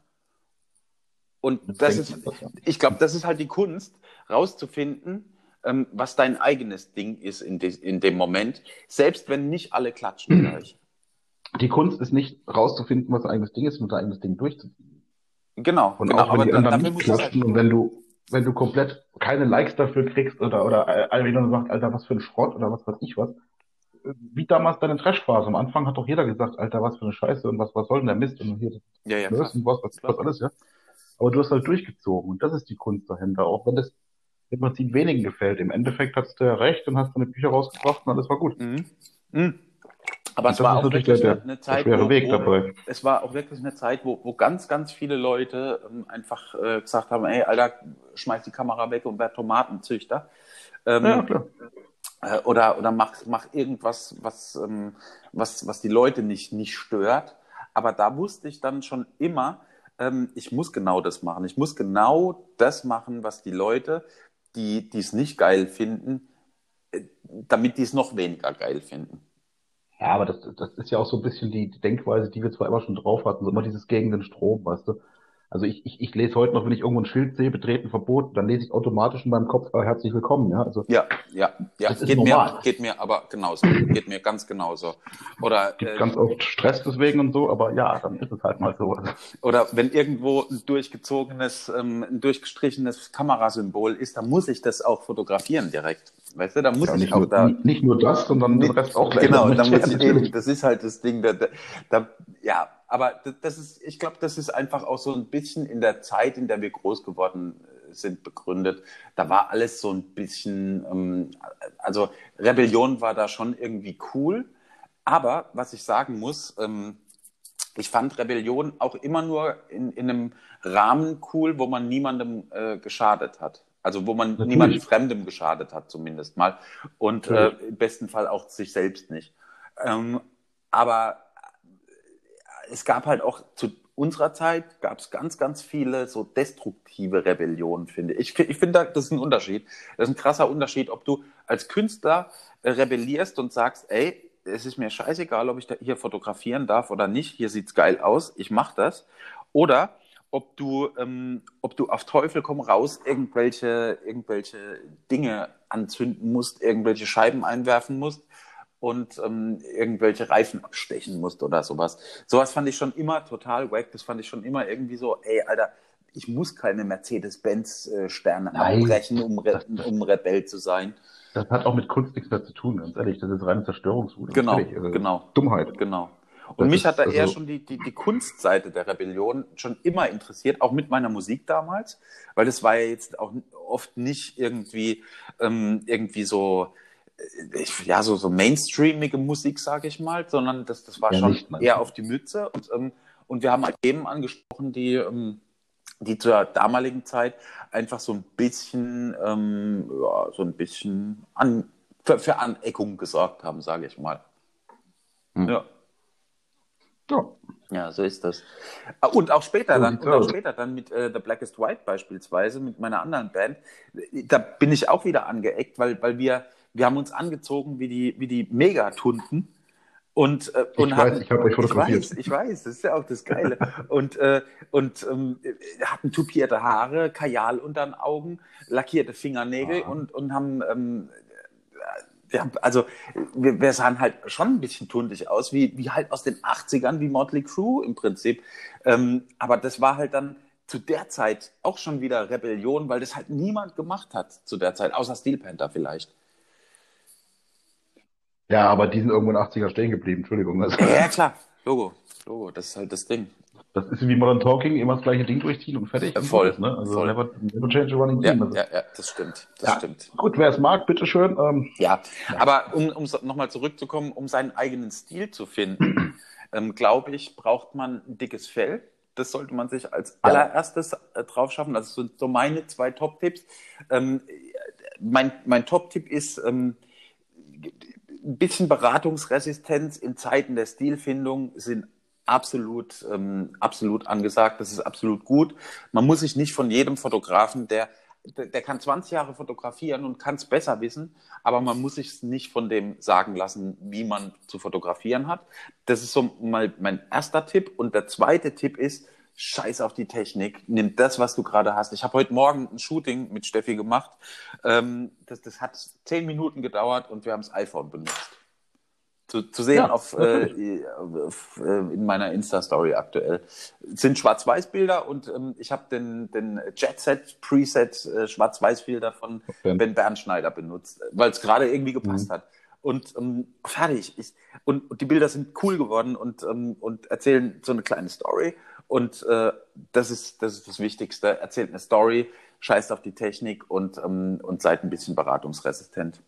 [SPEAKER 1] Und
[SPEAKER 2] Jetzt
[SPEAKER 1] das
[SPEAKER 2] denkt
[SPEAKER 1] ist,
[SPEAKER 2] man das ja.
[SPEAKER 1] ich glaube, das ist halt die Kunst, rauszufinden, ähm, was dein eigenes Ding ist in, de in dem Moment, selbst wenn nicht alle klatschen gleich.
[SPEAKER 2] Die Kunst ist nicht rauszufinden, was dein eigenes Ding ist, und dein eigenes Ding durchzuziehen.
[SPEAKER 1] Genau,
[SPEAKER 2] Und
[SPEAKER 1] genau,
[SPEAKER 2] auch wenn
[SPEAKER 1] aber
[SPEAKER 2] die
[SPEAKER 1] da,
[SPEAKER 2] anderen
[SPEAKER 1] dafür
[SPEAKER 2] nicht
[SPEAKER 1] muss es halt.
[SPEAKER 2] klatschen und wenn du, wenn du komplett keine Likes dafür kriegst oder, oder alle wieder sagt, Alter, was für ein Schrott oder was weiß ich was. Wie damals deine Trash-Phase. Am Anfang hat doch jeder gesagt, Alter, was für eine Scheiße und was, was soll denn der Mist und hier
[SPEAKER 1] Ja, ja,
[SPEAKER 2] Nurse
[SPEAKER 1] klar.
[SPEAKER 2] und was, was, was
[SPEAKER 1] klar.
[SPEAKER 2] alles, ja. Aber du hast halt durchgezogen und das ist die Kunst dahinter. Auch wenn das im Prinzip wenigen gefällt. Im Endeffekt hast du ja recht und hast deine Bücher rausgebracht und alles war gut.
[SPEAKER 1] Mhm. Mhm. Aber
[SPEAKER 2] Und
[SPEAKER 1] es
[SPEAKER 2] das
[SPEAKER 1] war
[SPEAKER 2] ist
[SPEAKER 1] auch
[SPEAKER 2] natürlich der,
[SPEAKER 1] wirklich eine,
[SPEAKER 2] der,
[SPEAKER 1] eine
[SPEAKER 2] der
[SPEAKER 1] Zeit,
[SPEAKER 2] schwere
[SPEAKER 1] wo,
[SPEAKER 2] Weg
[SPEAKER 1] wo
[SPEAKER 2] dabei.
[SPEAKER 1] es war auch wirklich eine Zeit, wo, wo ganz, ganz viele Leute ähm, einfach äh, gesagt haben, ey, Alter, schmeiß die Kamera weg und werd Tomatenzüchter.
[SPEAKER 2] Ja,
[SPEAKER 1] Ähm,
[SPEAKER 2] klar.
[SPEAKER 1] äh, oder oder mach, mach irgendwas, was, ähm, was, was die Leute nicht, nicht stört. Aber da wusste ich dann schon immer, ähm, ich muss genau das machen. Ich muss genau das machen, was die Leute, die es nicht geil finden, äh, damit die es noch weniger geil finden.
[SPEAKER 2] Ja, aber das, das ist ja auch so ein bisschen die die Denkweise, die wir zwar immer schon drauf hatten, so immer dieses gegen den Strom, weißt du. Also ich, ich, ich lese heute noch, wenn ich irgendwo ein Schild sehe, betreten verboten, dann lese ich automatisch in meinem Kopf, äh, herzlich willkommen, ja. Also
[SPEAKER 1] Ja, ja, ja,
[SPEAKER 2] das ist
[SPEAKER 1] geht mir,
[SPEAKER 2] normal.
[SPEAKER 1] geht mir aber genauso. Geht mir ganz genauso. Oder
[SPEAKER 2] Gibt
[SPEAKER 1] äh,
[SPEAKER 2] ganz oft Stress deswegen und so, aber ja, dann ist es halt mal so. Also,
[SPEAKER 1] Oder wenn irgendwo ein durchgezogenes, ähm, ein durchgestrichenes Kamerasymbol ist, dann muss ich das auch fotografieren direkt. Weißt du, da muss
[SPEAKER 2] Ja,
[SPEAKER 1] ich
[SPEAKER 2] nicht
[SPEAKER 1] auch
[SPEAKER 2] nur,
[SPEAKER 1] da,
[SPEAKER 2] nicht nur das, sondern den
[SPEAKER 1] nicht,
[SPEAKER 2] Rest auch gleich
[SPEAKER 1] genau,
[SPEAKER 2] noch
[SPEAKER 1] da muss
[SPEAKER 2] mitnehmen,
[SPEAKER 1] ich eben,
[SPEAKER 2] natürlich.
[SPEAKER 1] das ist halt das Ding, da, da, da ja, aber das ist, ich glaube, das ist einfach auch so ein bisschen in der Zeit, in der wir groß geworden sind, begründet. Da war alles so ein bisschen, ähm, also Rebellion war da schon irgendwie cool, aber was ich sagen muss, ähm, ich fand Rebellion auch immer nur in, in einem Rahmen cool, wo man niemandem äh, geschadet hat. Also wo man niemandem
[SPEAKER 2] Natürlich,
[SPEAKER 1] Fremdem geschadet hat, zumindest mal. Und äh,
[SPEAKER 2] natürlich.
[SPEAKER 1] im besten Fall auch sich selbst nicht. Ähm, aber es gab halt auch zu unserer Zeit gab es ganz, ganz viele so destruktive Rebellionen, finde ich. Ich, ich finde, das ist ein Unterschied. Das ist ein krasser Unterschied, ob du als Künstler äh, rebellierst und sagst, ey, es ist mir scheißegal, ob ich da hier fotografieren darf oder nicht. Hier sieht's geil aus. Ich mache das. Oder ob du, ähm, ob du auf Teufel komm raus irgendwelche, irgendwelche Dinge anzünden musst, irgendwelche Scheiben einwerfen musst und ähm, irgendwelche Reifen abstechen musst oder sowas. Sowas fand ich schon immer total wack. Das fand ich schon immer irgendwie so, ey, Alter, ich muss keine Mercedes-Benz-Sterne
[SPEAKER 2] Nein,
[SPEAKER 1] abbrechen, um, Re
[SPEAKER 2] das, das,
[SPEAKER 1] um Rebell zu sein.
[SPEAKER 2] das hat auch mit Kunst nichts mehr zu tun, ganz ehrlich. Das ist reine Zerstörungswut und
[SPEAKER 1] Genau,
[SPEAKER 2] fertig. Also, das ist
[SPEAKER 1] genau,
[SPEAKER 2] Dummheit.
[SPEAKER 1] genau. Und
[SPEAKER 2] Das
[SPEAKER 1] mich hat da
[SPEAKER 2] ist,
[SPEAKER 1] eher
[SPEAKER 2] also,
[SPEAKER 1] schon die, die, die Kunstseite der Rebellion schon immer interessiert, auch mit meiner Musik damals, weil das war ja jetzt auch oft nicht irgendwie, ähm, irgendwie so, äh, ja, so, so mainstreamige Musik, sage ich mal, sondern das, das war
[SPEAKER 2] ja
[SPEAKER 1] schon
[SPEAKER 2] nicht, nein.
[SPEAKER 1] eher auf die Mütze. Und, ähm, und wir haben halt Themen angesprochen, die, ähm, die zur damaligen Zeit einfach so ein bisschen, ähm, ja, so ein bisschen an, für, für Aneckung gesorgt haben, sage ich mal.
[SPEAKER 2] Hm.
[SPEAKER 1] Ja.
[SPEAKER 2] Ja,
[SPEAKER 1] Ja, so ist das. Ah, Und auch später
[SPEAKER 2] so
[SPEAKER 1] dann,
[SPEAKER 2] sieht's
[SPEAKER 1] und auch
[SPEAKER 2] aus.
[SPEAKER 1] später dann mit äh, The Blackest White beispielsweise, mit meiner anderen Band, da bin ich auch wieder angeeckt, weil, weil wir, wir haben uns angezogen wie die, wie die Megatunden und, äh, und
[SPEAKER 2] Ich weiß,
[SPEAKER 1] hatten,
[SPEAKER 2] ich habe euch
[SPEAKER 1] ich
[SPEAKER 2] fotografiert.
[SPEAKER 1] weiß, ich weiß, das ist ja auch das Geile. Und, äh, und ähm, hatten tupierte Haare, Kajal unter den Augen, lackierte Fingernägel
[SPEAKER 2] Ah.
[SPEAKER 1] und, und haben ähm, ja, also wir, wir sahen halt schon ein bisschen tuntig aus, wie, wie halt aus den achtzigern, wie Motley Crue im Prinzip. Ähm, aber das war halt dann zu der Zeit auch schon wieder Rebellion, weil das halt niemand gemacht hat zu der Zeit, außer Steel Panther vielleicht.
[SPEAKER 2] Ja, aber die sind irgendwo in den achtziger stehen geblieben, Entschuldigung. Also,
[SPEAKER 1] Ja, ja, klar, Logo, Logo, das ist halt das Ding.
[SPEAKER 2] das ist wie Modern Talking, immer das gleiche Ding durchziehen und fertig
[SPEAKER 1] Äh,
[SPEAKER 2] und gut
[SPEAKER 1] voll,
[SPEAKER 2] ist, ne? Also
[SPEAKER 1] voll.
[SPEAKER 2] never, never change a running
[SPEAKER 1] Ja,
[SPEAKER 2] team. Also,
[SPEAKER 1] ja, ja, das stimmt, das
[SPEAKER 2] ja,
[SPEAKER 1] stimmt.
[SPEAKER 2] gut, wer es mag, bitteschön. Ähm,
[SPEAKER 1] Ja,
[SPEAKER 2] ja,
[SPEAKER 1] aber um, um so- nochmal zurückzukommen, um seinen eigenen Stil zu finden, ähm, glaube ich, braucht man ein dickes Fell. Das sollte man sich als
[SPEAKER 2] ja,
[SPEAKER 1] allererstes äh, drauf schaffen. Das sind so meine zwei Top-Tipps. Ähm, mein, mein Top-Tipp ist ähm, ein bisschen Beratungsresistenz in Zeiten der Stilfindung sind absolut, ähm, absolut angesagt. Das ist absolut gut. Man muss sich nicht von jedem Fotografen, der, der, der kann zwanzig Jahre fotografieren und kann es besser wissen, aber man muss sich nicht von dem sagen lassen, wie man zu fotografieren hat. Das ist so mal mein erster Tipp. Und der zweite Tipp ist, scheiß auf die Technik, nimm das, was du gerade hast. Ich habe heute Morgen ein Shooting mit Steffi gemacht. Ähm, das, das hat zehn Minuten gedauert und wir haben das iPhone benutzt. Zu, zu sehen
[SPEAKER 2] ja,
[SPEAKER 1] auf,
[SPEAKER 2] natürlich.
[SPEAKER 1] äh, auf äh, in meiner Insta-Story aktuell. Es sind Schwarz-Weiß-Bilder und ähm, ich habe den, den Jet-Set-Preset äh, Schwarz-Weiß-Bilder von
[SPEAKER 2] Ben.
[SPEAKER 1] Ben Bernschneider benutzt, weil es gerade irgendwie gepasst
[SPEAKER 2] Mhm.
[SPEAKER 1] hat. Und ähm, fertig. Ich, und, und die Bilder sind cool geworden und, ähm, und erzählen so eine kleine Story. Und äh, das, ist, das ist das Wichtigste. Erzählt eine Story, scheißt auf die Technik und, ähm, und seid ein bisschen beratungsresistent.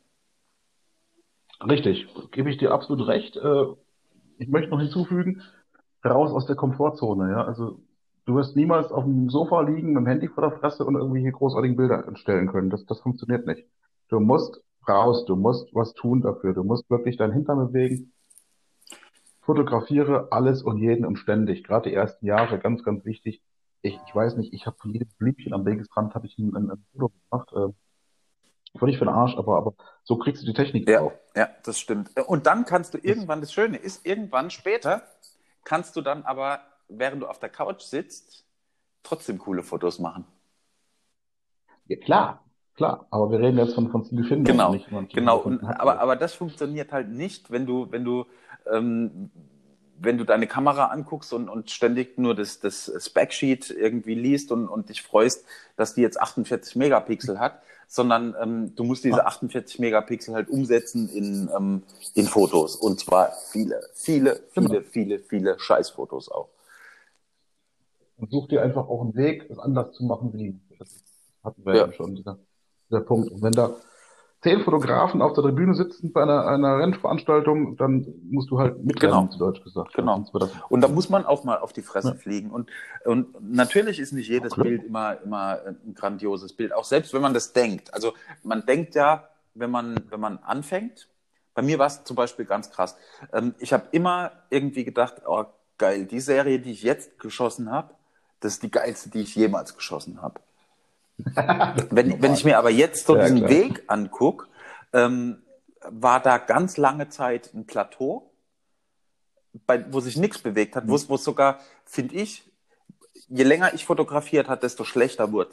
[SPEAKER 2] Richtig, gebe ich dir absolut recht. Äh, ich möchte noch hinzufügen, raus aus der Komfortzone, ja. Also du wirst niemals auf dem Sofa liegen mit dem Handy vor der Fresse und irgendwelche großartigen Bilder entstellen können. Das, das funktioniert nicht. Du musst raus, du musst was tun dafür. Du musst wirklich deinen Hintern bewegen. Fotografiere alles und jeden und ständig. Gerade die ersten Jahre, ganz, ganz wichtig. Ich, ich weiß nicht, ich habe von jedem Blümchen am Wegesrand habe ich ein, ein, ein Foto gemacht. Äh, völlig für den Arsch, aber, aber so kriegst du die Technik
[SPEAKER 1] Ja,
[SPEAKER 2] drauf.
[SPEAKER 1] ja, das stimmt. Und dann kannst du
[SPEAKER 2] Das,
[SPEAKER 1] irgendwann, das Schöne ist, irgendwann später kannst du dann aber, während du auf der Couch sitzt, trotzdem coole Fotos machen.
[SPEAKER 2] ja, klar, klar. Aber wir reden jetzt von, von Stilfindung und
[SPEAKER 1] Genau,
[SPEAKER 2] nicht von
[SPEAKER 1] genau.
[SPEAKER 2] gefunden
[SPEAKER 1] Und,
[SPEAKER 2] hat.
[SPEAKER 1] aber,
[SPEAKER 2] Also,
[SPEAKER 1] aber das funktioniert halt nicht, wenn du, wenn du, ähm, wenn du deine Kamera anguckst und, und ständig nur das, das Specsheet irgendwie liest und, und dich freust, dass die jetzt achtundvierzig Megapixel hat, sondern ähm, du musst diese
[SPEAKER 2] Ah,
[SPEAKER 1] achtundvierzig Megapixel halt umsetzen in, ähm, in Fotos. Und zwar viele, viele, viele,
[SPEAKER 2] genau.
[SPEAKER 1] viele, viele Scheißfotos auch.
[SPEAKER 2] Und such dir einfach auch einen Weg, es anders zu machen wie die. Das hatten wir
[SPEAKER 1] Ja,
[SPEAKER 2] eben schon, dieser, dieser Punkt. Und wenn da zehn Fotografen auf der Tribüne sitzen bei einer, einer Rennveranstaltung, dann musst du halt mitrennen,
[SPEAKER 1] genau.
[SPEAKER 2] zu Deutsch gesagt, weil
[SPEAKER 1] Genau.
[SPEAKER 2] sonst wird das nicht
[SPEAKER 1] Und da
[SPEAKER 2] funktionieren.
[SPEAKER 1] muss man auch mal auf die Fresse
[SPEAKER 2] Ja,
[SPEAKER 1] fliegen. Und, und natürlich ist nicht
[SPEAKER 2] ja,
[SPEAKER 1] jedes
[SPEAKER 2] klar.
[SPEAKER 1] Bild immer, immer ein grandioses Bild, auch selbst wenn man das denkt. Also man denkt ja, wenn man, wenn man anfängt, bei mir war es zum Beispiel ganz krass. Ähm, ich habe immer irgendwie gedacht, oh geil, die Serie, die ich jetzt geschossen habe, das ist die geilste, die ich jemals geschossen habe.
[SPEAKER 2] Das ist
[SPEAKER 1] Wenn, wenn ich
[SPEAKER 2] normal.
[SPEAKER 1] mir aber jetzt so
[SPEAKER 2] Ja,
[SPEAKER 1] diesen
[SPEAKER 2] klar.
[SPEAKER 1] Weg angucke, ähm, war da ganz lange Zeit ein Plateau, bei, wo sich nichts bewegt hat, wo
[SPEAKER 2] Mhm.
[SPEAKER 1] es wo es sogar, finde ich, je länger ich fotografiert hat, desto schlechter wurde.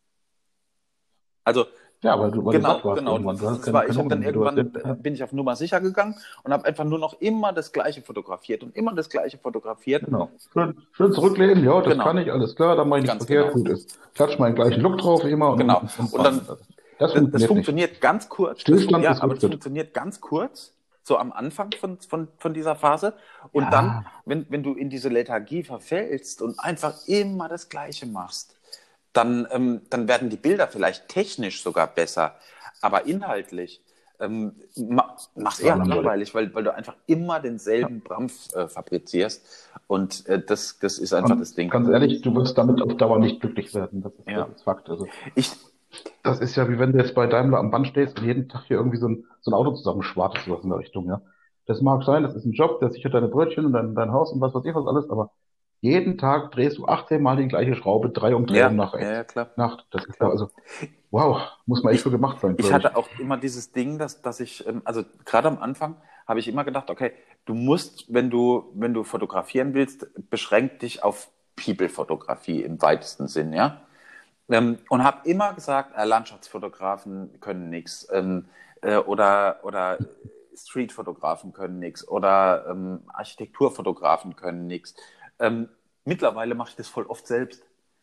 [SPEAKER 1] Also
[SPEAKER 2] Ja, weil du, weil du satt
[SPEAKER 1] genau,
[SPEAKER 2] warst
[SPEAKER 1] genau.
[SPEAKER 2] irgendwann. Du
[SPEAKER 1] Das,
[SPEAKER 2] hast
[SPEAKER 1] das
[SPEAKER 2] keinen,
[SPEAKER 1] war, ich
[SPEAKER 2] keinen
[SPEAKER 1] habe
[SPEAKER 2] Hunger
[SPEAKER 1] dann
[SPEAKER 2] mehr. Du hast,
[SPEAKER 1] irgendwann
[SPEAKER 2] ja,
[SPEAKER 1] äh, bin ich auf Nummer sicher gegangen und habe einfach nur noch immer das Gleiche fotografiert und immer das Gleiche fotografiert.
[SPEAKER 2] genau. Schön, schön zurücklehnen, ja, das
[SPEAKER 1] Genau,
[SPEAKER 2] kann ich, alles klar, dann mache ich nichts
[SPEAKER 1] ganz
[SPEAKER 2] verkehrt,
[SPEAKER 1] genau,
[SPEAKER 2] gut ist. Klatsch meinen gleichen Look drauf wie immer und, und,
[SPEAKER 1] genau.
[SPEAKER 2] und, und
[SPEAKER 1] Und
[SPEAKER 2] fahren
[SPEAKER 1] dann,
[SPEAKER 2] weiter. Das
[SPEAKER 1] das, das
[SPEAKER 2] funktioniert nicht.
[SPEAKER 1] funktioniert ganz kurz. Das,
[SPEAKER 2] Stillstand
[SPEAKER 1] ja,
[SPEAKER 2] ist
[SPEAKER 1] aber das
[SPEAKER 2] Rückschritt.
[SPEAKER 1] funktioniert ganz kurz, so am Anfang von, von, von dieser Phase. Und dann,
[SPEAKER 2] Ja,
[SPEAKER 1] wenn, wenn du in diese Lethargie verfällst und einfach immer das Gleiche machst, dann, ähm, dann werden die Bilder vielleicht technisch sogar besser, aber inhaltlich ähm, ma mach's
[SPEAKER 2] war
[SPEAKER 1] eher
[SPEAKER 2] langweilig.
[SPEAKER 1] langweilig, weil, weil du einfach immer
[SPEAKER 2] Ja.
[SPEAKER 1] denselben Brampf äh, fabrizierst. Und äh, das, das ist einfach das
[SPEAKER 2] Und
[SPEAKER 1] Ding.
[SPEAKER 2] ganz ehrlich, du wirst damit auf Dauer nicht glücklich werden. Das ist, das
[SPEAKER 1] Ja.
[SPEAKER 2] ist Fakt. Also,
[SPEAKER 1] Ich,
[SPEAKER 2] das ist ja wie wenn du jetzt bei Daimler am Band stehst und jeden Tag hier irgendwie so ein, so ein Auto zusammenschwartest, sowas in der Richtung, ja. Das mag sein, das ist ein Job, der sichert deine Brötchen und dein, dein Haus und was weiß ich was alles, aber jeden Tag drehst du achtzehn Mal die gleiche Schraube, drei Umdrehungen
[SPEAKER 1] ja,
[SPEAKER 2] nach
[SPEAKER 1] ja,
[SPEAKER 2] rechts.
[SPEAKER 1] ja, klar,
[SPEAKER 2] Nacht. Das ist ja,
[SPEAKER 1] klar.
[SPEAKER 2] also, wow, muss man echt
[SPEAKER 1] Ich,
[SPEAKER 2] für gemacht sein,
[SPEAKER 1] ich
[SPEAKER 2] glaube ich.
[SPEAKER 1] hatte auch immer dieses Ding, dass, dass ich, ähm, also gerade am Anfang habe ich immer gedacht, okay, du musst, wenn du, wenn du fotografieren willst, beschränk dich auf People-Fotografie im weitesten Sinn, ja. Ähm, und habe immer gesagt, äh, Landschaftsfotografen können nichts ähm, äh, oder, oder Streetfotografen können nichts oder ähm, Architekturfotografen können nichts. Ähm, mittlerweile mache ich das voll oft selbst.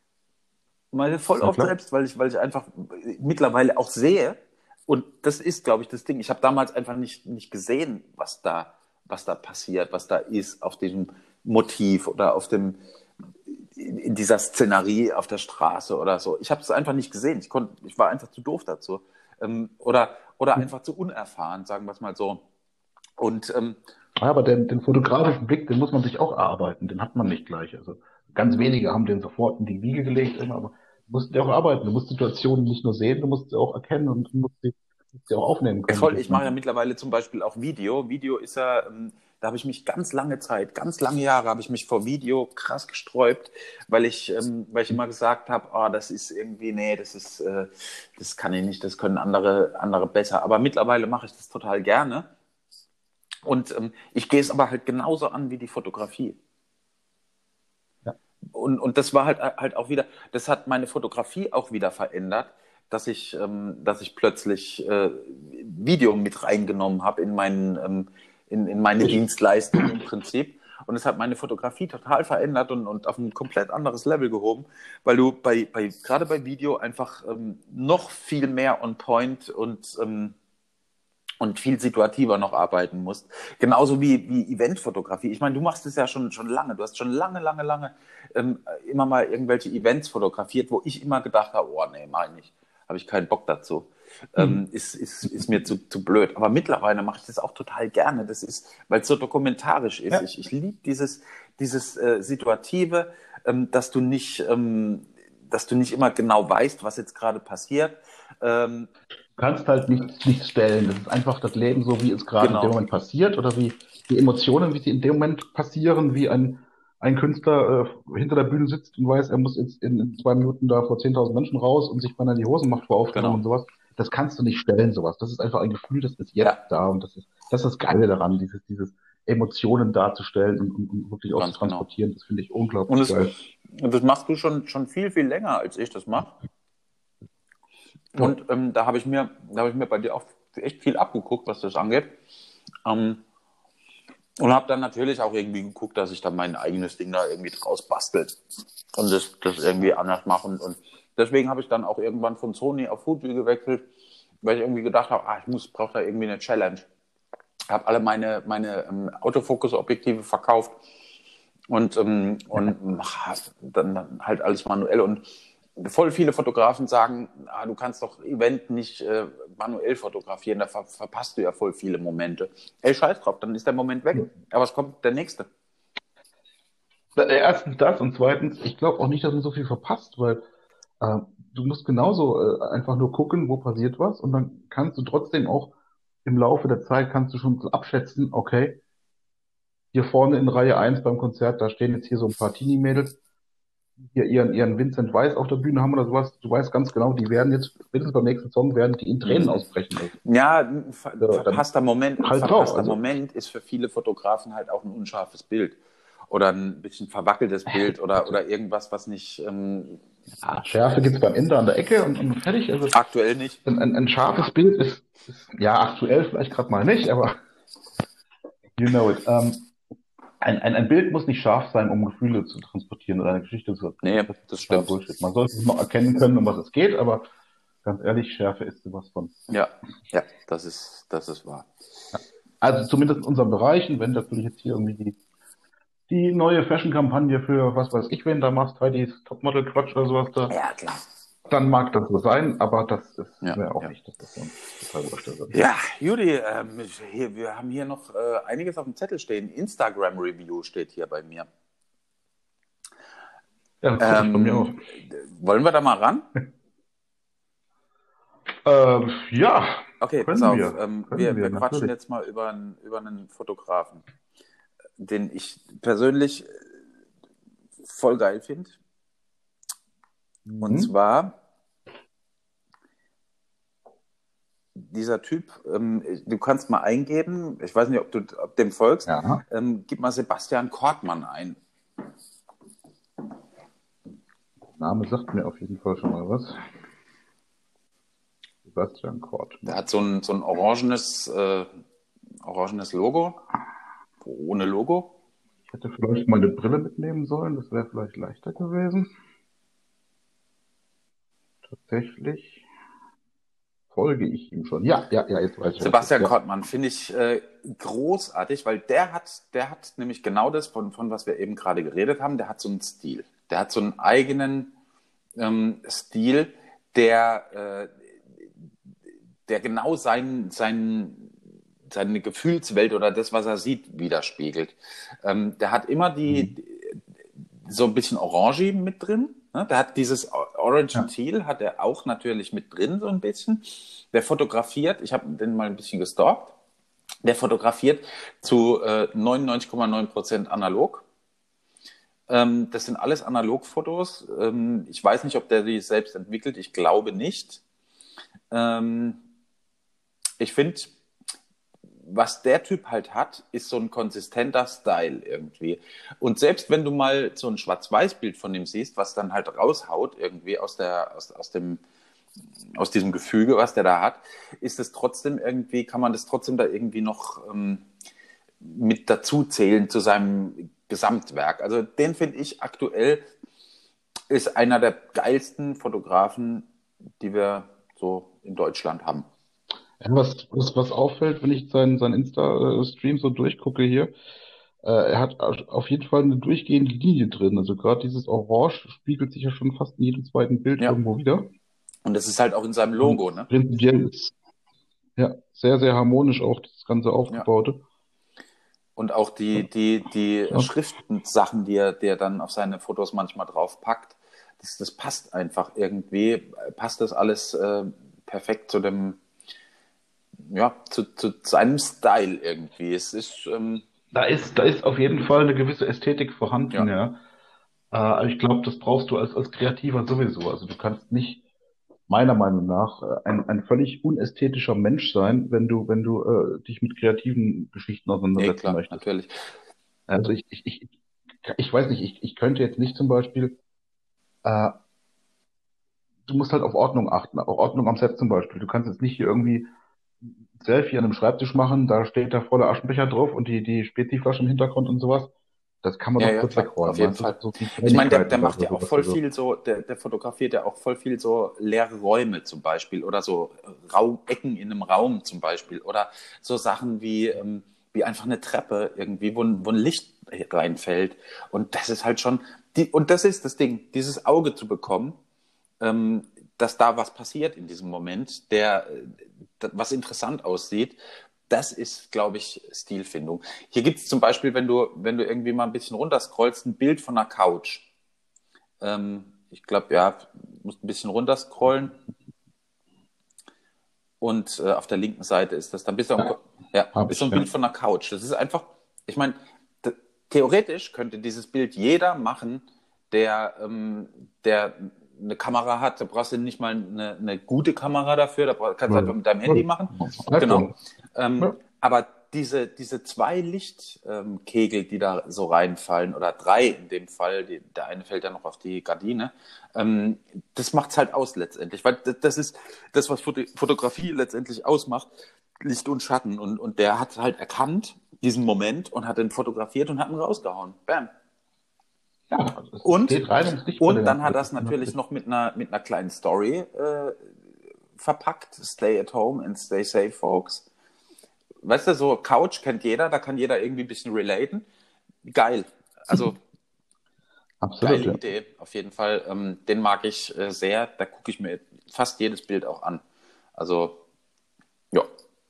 [SPEAKER 1] Mal voll
[SPEAKER 2] Ja,
[SPEAKER 1] oft
[SPEAKER 2] klar.
[SPEAKER 1] selbst, weil ich, weil ich einfach mittlerweile auch sehe, und das ist, glaube ich, das Ding. Ich habe damals einfach nicht, nicht gesehen, was da, was da passiert, was da ist auf diesem Motiv oder auf dem, in dieser Szenerie auf der Straße oder so. Ich habe es einfach nicht gesehen. Ich, konnt, ich war einfach zu doof dazu. Ähm, oder, oder einfach zu unerfahren, sagen wir es mal so. Und ähm,
[SPEAKER 2] Ja, aber den, den fotografischen Blick, den muss man sich auch erarbeiten, den hat man nicht gleich. Also ganz wenige haben den sofort in die Wiege gelegt, immer, aber du musst dir auch arbeiten. Du musst Situationen nicht nur sehen, du musst sie auch erkennen und du musst sie, musst sie auch aufnehmen
[SPEAKER 1] ja,
[SPEAKER 2] können, die
[SPEAKER 1] voll, ich mache ja
[SPEAKER 2] Dokumente.
[SPEAKER 1] mittlerweile zum Beispiel auch Video. Video ist ja, ähm, da habe ich mich ganz lange Zeit, ganz lange Jahre habe ich mich vor Video krass gesträubt, weil ich, ähm, weil ich immer gesagt habe, oh, das ist irgendwie, nee, das ist, äh, das kann ich nicht, das können andere, andere besser. Aber mittlerweile mache ich das total gerne. Und ähm, ich gehe es aber halt genauso an wie die Fotografie.
[SPEAKER 2] Ja,
[SPEAKER 1] Und, und das war halt, halt auch wieder, das hat meine Fotografie auch wieder verändert, dass ich, ähm, dass ich plötzlich äh, Video mit reingenommen habe in, meinen, ähm, in, in meine Dienstleistung im Prinzip. Und es hat meine Fotografie total verändert und, und auf ein komplett anderes Level gehoben, weil du bei, bei gerade bei Video einfach ähm, noch viel mehr on point und ähm, und viel situativer noch arbeiten musst. Genauso wie, wie Eventfotografie. Ich meine, du machst es ja schon, schon lange. Du hast schon lange, lange, lange ähm, immer mal irgendwelche Events fotografiert, wo ich immer gedacht habe, oh nee, mach ich nicht. Habe ich keinen Bock dazu. Ähm,
[SPEAKER 2] mhm.
[SPEAKER 1] ist, ist, ist mir zu, zu blöd. Aber mittlerweile mache ich das auch total gerne. Das ist, weil es so dokumentarisch ist.
[SPEAKER 2] Ja.
[SPEAKER 1] Ich, ich liebe dieses, dieses äh, Situative, ähm, dass du nicht, ähm, dass du nicht immer genau weißt, was jetzt gerade passiert. Ähm,
[SPEAKER 2] Du kannst halt nichts, nichts stellen. Das ist einfach das Leben so, wie es gerade in dem
[SPEAKER 1] genau,
[SPEAKER 2] Moment passiert oder wie die Emotionen, wie sie in dem Moment passieren, wie ein, ein Künstler äh, hinter der Bühne sitzt und weiß, er muss jetzt in, in zwei Minuten da vor zehntausend Menschen raus und sich beinahe die Hosen macht vor Aufregung und
[SPEAKER 1] genau.
[SPEAKER 2] sowas. Das kannst du nicht stellen, sowas. Das ist einfach ein Gefühl, das ist jetzt
[SPEAKER 1] Ja,
[SPEAKER 2] da und das ist, das ist das Geile daran, dieses, dieses Emotionen darzustellen und, und, und wirklich
[SPEAKER 1] ganz genau.
[SPEAKER 2] auszutransportieren. Das finde ich
[SPEAKER 1] Und
[SPEAKER 2] unglaublich
[SPEAKER 1] das,
[SPEAKER 2] geil.
[SPEAKER 1] und das machst du schon, schon viel, viel länger, als ich das mache.
[SPEAKER 2] Ja.
[SPEAKER 1] Und ähm, da habe ich mir, da habe ich mir bei dir auch echt viel abgeguckt, was das angeht. Ähm, und habe dann natürlich auch irgendwie geguckt, dass ich dann mein eigenes Ding da irgendwie draus bastelt und das, das irgendwie anders mache. Und, und Deswegen habe ich dann auch irgendwann von Sony auf Fuji gewechselt, weil ich irgendwie gedacht habe, ah, ich muss, brauche da irgendwie eine Challenge. Habe alle meine, meine ähm, Autofokus-Objektive verkauft und, ähm, und ach, dann, dann halt alles manuell. Und voll viele Fotografen sagen, ah, du kannst doch Event nicht äh, manuell fotografieren, da ver verpasst du ja voll viele Momente. Ey, scheiß drauf, dann ist der Moment weg. Aber es kommt der nächste.
[SPEAKER 2] Erstens das und zweitens, ich glaube auch nicht, dass man so viel verpasst, weil äh, du musst genauso äh, einfach nur gucken, wo passiert was und dann kannst du trotzdem auch im Laufe der Zeit kannst du schon so abschätzen, okay, hier vorne in Reihe eins beim Konzert, da stehen jetzt hier so ein paar Teenie-Mädels, die hier ihren, ihren Vincent Weiss auf der Bühne haben oder sowas. Du weißt ganz genau, die werden jetzt, spätestens beim nächsten Song, werden die in Tränen ausbrechen. Also,
[SPEAKER 1] Ja, ein ver
[SPEAKER 2] ja, dann
[SPEAKER 1] verpasster Moment, ein
[SPEAKER 2] halt drauf.
[SPEAKER 1] verpasster
[SPEAKER 2] Also,
[SPEAKER 1] Moment ist für viele Fotografen halt auch ein unscharfes Bild oder ein bisschen verwackeltes Bild oder, oder irgendwas, was nicht ähm,
[SPEAKER 2] ja, Schärfe gibt's beim Ende an der Ecke und, und fertig. Also,
[SPEAKER 1] aktuell nicht.
[SPEAKER 2] ein, ein, ein scharfes Bild ist, ist ja aktuell vielleicht gerade mal nicht, aber you know it. Ähm, ein, ein, ein Bild muss nicht scharf sein, um Gefühle zu transportieren oder eine Geschichte zu
[SPEAKER 1] Nee,
[SPEAKER 2] erzählen. Das
[SPEAKER 1] das
[SPEAKER 2] ist total
[SPEAKER 1] stimmt.
[SPEAKER 2] Bullshit. Man sollte es noch erkennen können, um was es geht, aber ganz ehrlich, Schärfe ist sowas von.
[SPEAKER 1] Ja, ja, das ist, das ist wahr.
[SPEAKER 2] Also zumindest in unseren Bereichen, wenn natürlich jetzt hier irgendwie die, die neue Fashion-Kampagne für was weiß ich, wen da machst, Heidis Topmodel-Quatsch oder sowas da,
[SPEAKER 1] Ja, klar.
[SPEAKER 2] dann mag das so sein, aber das ist
[SPEAKER 1] Ja,
[SPEAKER 2] mir auch
[SPEAKER 1] ja.
[SPEAKER 2] nicht, dass das so total überstellt wird.
[SPEAKER 1] Ja, Judy, ähm, hier, wir haben hier noch äh, einiges auf dem Zettel stehen. Instagram-Review steht hier bei mir.
[SPEAKER 2] Ja, das ähm, bei mir auch.
[SPEAKER 1] Wollen wir da mal ran?
[SPEAKER 2] ähm, ja.
[SPEAKER 1] Okay, pass auf. Wir, ähm, wir, wir, wir quatschen natürlich jetzt mal über einen, über einen Fotografen, den ich persönlich voll geil finde. Mhm. Und zwar dieser Typ, ähm, du kannst mal eingeben, ich weiß nicht, ob du ob dem folgst,
[SPEAKER 2] ja.
[SPEAKER 1] ähm, gib mal Sebastian Kortmann ein.
[SPEAKER 2] Der Name sagt mir auf jeden Fall schon mal was. Sebastian Kortmann.
[SPEAKER 1] Der hat so ein, so ein orangenes, äh, orangenes Logo, ohne Logo.
[SPEAKER 2] Ich hätte vielleicht mal eine Brille mitnehmen sollen, das wäre vielleicht leichter gewesen. Tatsächlich folge ich ihm schon. Ja, ja, ja, jetzt weiß ich.
[SPEAKER 1] Sebastian
[SPEAKER 2] ja.
[SPEAKER 1] Kortmann finde ich äh, großartig, weil der hat, der hat nämlich genau das, von, von was wir eben gerade geredet haben, der hat so einen Stil. Der hat so einen eigenen ähm, Stil, der, äh, der genau sein, sein, seine Gefühlswelt oder das, was er sieht, widerspiegelt. Ähm, der hat immer die, mhm. so ein bisschen Orange mit drin. Ne? Der hat dieses Orange ja. Teal, hat er auch natürlich mit drin so ein bisschen. Der fotografiert, ich habe den mal ein bisschen gestalkt, der fotografiert zu äh, neunundneunzig Komma neun Prozent analog. Ähm, das sind alles Analogfotos. Ähm, ich weiß nicht, ob der die selbst entwickelt, ich glaube nicht. Ähm, ich finde, was der Typ halt hat, ist so ein konsistenter Style irgendwie. Und selbst wenn du mal so ein Schwarz-Weiß-Bild von ihm siehst, was dann halt raushaut irgendwie aus der, aus, aus dem, aus diesem Gefüge, was der da hat, ist es trotzdem irgendwie, kann man das trotzdem da irgendwie noch ähm, mit dazu zählen zu seinem Gesamtwerk. Also den finde ich aktuell ist einer der geilsten Fotografen, die wir so in Deutschland haben.
[SPEAKER 2] Ja, was, was, was auffällt, wenn ich seinen, seinen Insta-Stream so durchgucke hier, äh, er hat auf jeden Fall eine durchgehende Linie drin. Also gerade dieses Orange spiegelt sich ja schon fast in jedem zweiten Bild
[SPEAKER 1] ja.
[SPEAKER 2] irgendwo wieder.
[SPEAKER 1] Und das ist halt auch in seinem Logo,
[SPEAKER 2] Und
[SPEAKER 1] ne?
[SPEAKER 2] Prinzipiell ist ja sehr, sehr harmonisch auch das ganze Aufgebaute.
[SPEAKER 1] Ja. Und auch die, die, die ja. Schriftensachen, die er, die er dann auf seine Fotos manchmal draufpackt, das, das passt einfach irgendwie, passt das alles äh, perfekt zu dem, ja, zu, zu seinem Style irgendwie. Es ist, ähm,
[SPEAKER 2] da ist, da ist auf jeden Fall eine gewisse Ästhetik vorhanden, ja. ja. Äh, ich glaube, das brauchst du als, als Kreativer sowieso. Also du kannst nicht, meiner Meinung nach, ein, ein völlig unästhetischer Mensch sein, wenn du, wenn du äh, dich mit kreativen Geschichten auseinandersetzen
[SPEAKER 1] nee, klar,
[SPEAKER 2] möchtest.
[SPEAKER 1] Natürlich.
[SPEAKER 2] Also ich, ich, ich, ich weiß nicht, ich, ich könnte jetzt nicht zum Beispiel, äh, du musst halt auf Ordnung achten, auf Ordnung am Set zum Beispiel. Du kannst jetzt nicht hier irgendwie Selfie an einem Schreibtisch machen, da steht da voller Aschenbecher drauf und die, die Speziflasche im Hintergrund und sowas. das kann man
[SPEAKER 1] Ja,
[SPEAKER 2] doch
[SPEAKER 1] ja,
[SPEAKER 2] kurz
[SPEAKER 1] klar,
[SPEAKER 2] wegräumen.
[SPEAKER 1] auf jeden
[SPEAKER 2] Weißt du,
[SPEAKER 1] Fall.
[SPEAKER 2] so die
[SPEAKER 1] Ich meine, der, der
[SPEAKER 2] Kleinigkeiten
[SPEAKER 1] macht
[SPEAKER 2] oder
[SPEAKER 1] ja auch
[SPEAKER 2] sowas.
[SPEAKER 1] voll
[SPEAKER 2] Also,
[SPEAKER 1] viel so, der, der fotografiert ja auch voll viel so leere Räume zum Beispiel oder so Raumecken in einem Raum zum Beispiel oder so Sachen wie, ähm, wie einfach eine Treppe irgendwie, wo, ein- wo ein Licht reinfällt. Und das ist halt schon, die, und das ist das Ding, dieses Auge zu bekommen, ähm, dass da was passiert in diesem Moment, der äh, was interessant aussieht. Das ist, glaube ich, Stilfindung. Hier gibt es zum Beispiel, wenn du, wenn du irgendwie mal ein bisschen runterscrollst, ein Bild von einer Couch. Ähm, ich glaube, ja, musst ein bisschen runterscrollen und äh, auf der linken Seite ist das. Dann bist du am, ja,
[SPEAKER 2] habe
[SPEAKER 1] ist so
[SPEAKER 2] ich,
[SPEAKER 1] ein
[SPEAKER 2] ja.
[SPEAKER 1] Bild von einer Couch. Das ist einfach, ich meine, d- theoretisch könnte dieses Bild jeder machen, der, ähm, der eine Kamera hat. Da brauchst du nicht mal eine, eine gute Kamera dafür. Da brauch, kannst du einfach
[SPEAKER 2] Null.
[SPEAKER 1] mit deinem Handy
[SPEAKER 2] Null.
[SPEAKER 1] machen. Genau.
[SPEAKER 2] iPhone.
[SPEAKER 1] Ähm,
[SPEAKER 2] Ja.
[SPEAKER 1] aber diese, diese zwei Lichtkegel, die da so reinfallen, oder drei in dem Fall, die, der eine fällt ja noch auf die Gardine, ähm, das macht's halt aus letztendlich. Weil das, das ist das, was Foto Fotografie letztendlich ausmacht, Licht und Schatten. Und, und der hat halt erkannt, diesen Moment, und hat ihn fotografiert und hat ihn rausgehauen. Bam.
[SPEAKER 2] Ja, also es, es
[SPEAKER 1] Und,
[SPEAKER 2] geht rein ums Licht bei
[SPEAKER 1] und
[SPEAKER 2] den
[SPEAKER 1] dann
[SPEAKER 2] ganzen
[SPEAKER 1] hat er es
[SPEAKER 2] Bildern,
[SPEAKER 1] natürlich
[SPEAKER 2] natürlich.
[SPEAKER 1] noch mit einer, mit einer kleinen Story äh, verpackt. Stay at home and stay safe, folks. Weißt du, so Couch kennt jeder, da kann jeder irgendwie ein bisschen relaten. Geil. Also,
[SPEAKER 2] Absolut,
[SPEAKER 1] geile
[SPEAKER 2] ja.
[SPEAKER 1] Idee, auf jeden Fall. Ähm, den mag ich äh, sehr. Da gucke ich mir fast jedes Bild auch an. Also, ja.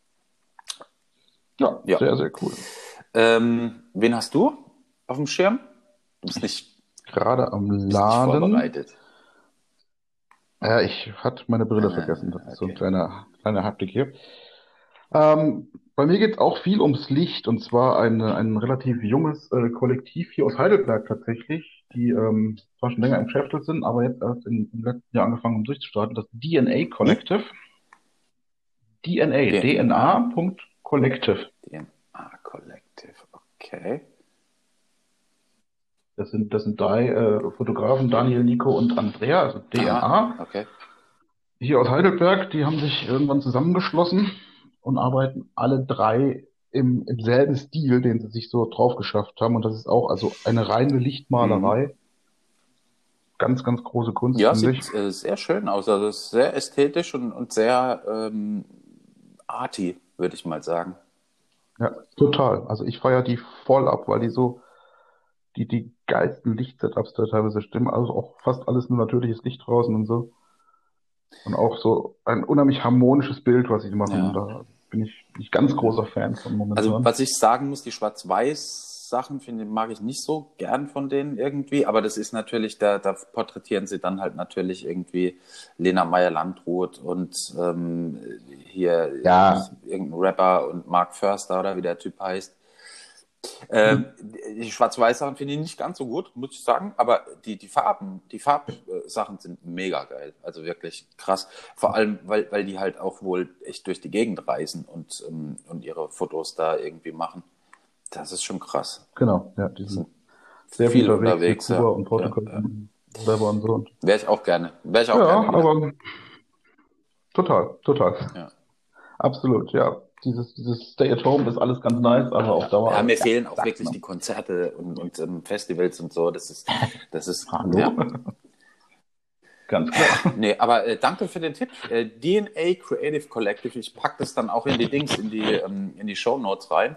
[SPEAKER 2] Ja,
[SPEAKER 1] Ja.
[SPEAKER 2] sehr, sehr cool.
[SPEAKER 1] Ähm, wen hast du auf dem Schirm? Du bist nicht,
[SPEAKER 2] Gerade am
[SPEAKER 1] bist nicht
[SPEAKER 2] Laden.
[SPEAKER 1] vorbereitet.
[SPEAKER 2] Ja, ich hatte meine Brille vergessen. Das
[SPEAKER 1] Ah,
[SPEAKER 2] ist so ein
[SPEAKER 1] okay.
[SPEAKER 2] kleiner, kleiner Haptik hier. Ähm, bei mir geht es auch viel ums Licht und zwar ein, ein relativ junges äh, Kollektiv hier aus Heidelberg tatsächlich, die ähm, zwar schon länger im Geschäft sind, aber jetzt erst in, im letzten Jahr angefangen haben durchzustarten, das D N A
[SPEAKER 1] Wie?
[SPEAKER 2] Collective. D N A,
[SPEAKER 1] D N A?
[SPEAKER 2] D N A Collective.
[SPEAKER 1] D N A Collective, okay.
[SPEAKER 2] Das sind, das sind drei äh, Fotografen, Daniel, Nico und Andrea, also
[SPEAKER 1] Aha,
[SPEAKER 2] D N A.
[SPEAKER 1] okay.
[SPEAKER 2] Hier aus Heidelberg, die haben sich irgendwann zusammengeschlossen und arbeiten alle drei im, im selben Stil, den sie sich so drauf geschafft haben. Und das ist auch also eine reine
[SPEAKER 1] Mhm.
[SPEAKER 2] Lichtmalerei. Ganz, ganz große Kunst,
[SPEAKER 1] Ja,
[SPEAKER 2] finde ich.
[SPEAKER 1] sieht äh, sehr schön aus. Also es ist sehr ästhetisch und, und sehr ähm, arty, würde ich mal sagen.
[SPEAKER 2] Ja, total. Also ich feiere die voll ab, weil die so, die, die geilsten Lichtsetups da teilweise stimmen. Also auch fast alles nur natürliches Licht draußen und so. Und auch so ein unheimlich harmonisches Bild, was sie machen. Und
[SPEAKER 1] Ja.
[SPEAKER 2] da bin ich, bin ich ganz
[SPEAKER 1] Ja.
[SPEAKER 2] großer Fan von
[SPEAKER 1] Also
[SPEAKER 2] momentan.
[SPEAKER 1] was ich sagen muss, die Schwarz-Weiß-Sachen finde mag ich nicht so gern von denen irgendwie, aber das ist natürlich, da, da porträtieren sie dann halt natürlich irgendwie Lena Meyer-Landrut und ähm, hier
[SPEAKER 2] Ja,
[SPEAKER 1] irgendein Rapper und Mark Förster oder wie der Typ heißt. Ähm, die Schwarz-Weiß-Sachen finde ich nicht ganz so gut, muss ich sagen, aber die, die Farben, die Farbsachen sind mega geil. Also wirklich krass. Vor allem, weil, weil die halt auch wohl echt durch die Gegend reisen und, ähm, und ihre Fotos da irgendwie machen. Das ist schon krass.
[SPEAKER 2] genau. Ja, die
[SPEAKER 1] Die
[SPEAKER 2] sind
[SPEAKER 1] sind
[SPEAKER 2] sehr viel
[SPEAKER 1] viel
[SPEAKER 2] unterwegs, hier
[SPEAKER 1] unterwegs,
[SPEAKER 2] Kuba
[SPEAKER 1] ja.
[SPEAKER 2] und
[SPEAKER 1] Ja,
[SPEAKER 2] Portugal
[SPEAKER 1] ja.
[SPEAKER 2] und selber und so. Und
[SPEAKER 1] Wäre ich auch gerne. Wäre ich auch
[SPEAKER 2] ja,
[SPEAKER 1] gerne wieder.
[SPEAKER 2] aber total, total.
[SPEAKER 1] Ja.
[SPEAKER 2] Absolut, ja. Dieses, dieses Stay at Home ist alles ganz nice, aber auf
[SPEAKER 1] Ja. Ja,
[SPEAKER 2] Dauer,
[SPEAKER 1] mir
[SPEAKER 2] ja,
[SPEAKER 1] fehlen auch
[SPEAKER 2] sagt
[SPEAKER 1] wirklich
[SPEAKER 2] man.
[SPEAKER 1] die Konzerte und, und ähm, Festivals und so. Das ist, das ist,
[SPEAKER 2] Hallo?
[SPEAKER 1] ja.
[SPEAKER 2] Ganz klar.
[SPEAKER 1] Nee, aber äh, danke für den Tipp. Äh, D N A Creative Collective. Ich packe das dann auch in die Dings, in die, ähm, in die Shownotes rein.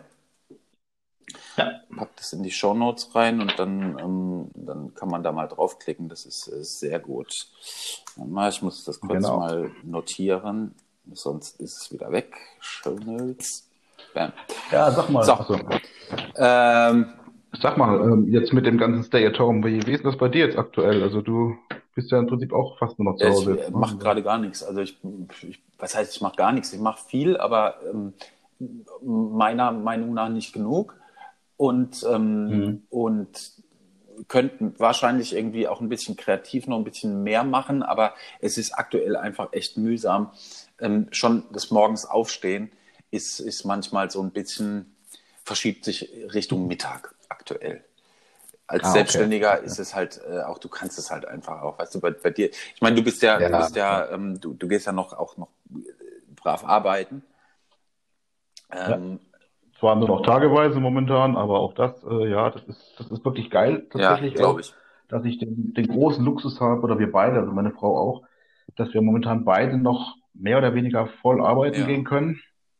[SPEAKER 2] Ja,
[SPEAKER 1] Pack das in die Shownotes rein und dann, ähm, dann kann man da mal draufklicken. Das ist äh, sehr gut. Mal, ich muss das kurz
[SPEAKER 2] genau.
[SPEAKER 1] mal notieren, sonst ist es wieder weg. Shownotes. Bam.
[SPEAKER 2] Ja, sag mal,
[SPEAKER 1] So,
[SPEAKER 2] also,
[SPEAKER 1] ähm,
[SPEAKER 2] sag mal, ähm, jetzt mit dem ganzen Stay at Home, wie, wie ist das bei dir jetzt aktuell? Also du bist ja im Prinzip auch fast nur noch zu
[SPEAKER 1] ich
[SPEAKER 2] Hause jetzt,
[SPEAKER 1] mache
[SPEAKER 2] ne?
[SPEAKER 1] gerade gar nichts. Also ich, ich was heißt, ich mache gar nichts. Ich mache viel, aber ähm, meiner Meinung nach nicht genug. Und, ähm,
[SPEAKER 2] Mhm.
[SPEAKER 1] und könnten wahrscheinlich irgendwie auch ein bisschen kreativ noch ein bisschen mehr machen, aber es ist aktuell einfach echt mühsam. Ähm, schon das morgens Aufstehen ist, ist manchmal so ein bisschen, verschiebt sich Richtung Mittag aktuell. Als
[SPEAKER 2] Ah, okay.
[SPEAKER 1] Selbstständiger
[SPEAKER 2] Okay.
[SPEAKER 1] ist es halt äh, auch, du kannst es halt einfach auch, weißt du, bei, bei dir, ich meine, du bist ja, du
[SPEAKER 2] Ja,
[SPEAKER 1] bist ja, ähm, du, du gehst ja noch auch noch brav arbeiten.
[SPEAKER 2] ja,
[SPEAKER 1] Ähm,
[SPEAKER 2] zwar nur noch tageweise momentan, aber auch das, äh, ja, das ist, das ist wirklich geil,
[SPEAKER 1] Ja,
[SPEAKER 2] tatsächlich
[SPEAKER 1] glaube
[SPEAKER 2] auch,
[SPEAKER 1] ich.
[SPEAKER 2] dass ich den, den großen Luxus habe, oder wir beide, also meine Frau auch, dass wir momentan beide noch mehr oder weniger voll arbeiten
[SPEAKER 1] Ja.
[SPEAKER 2] gehen können.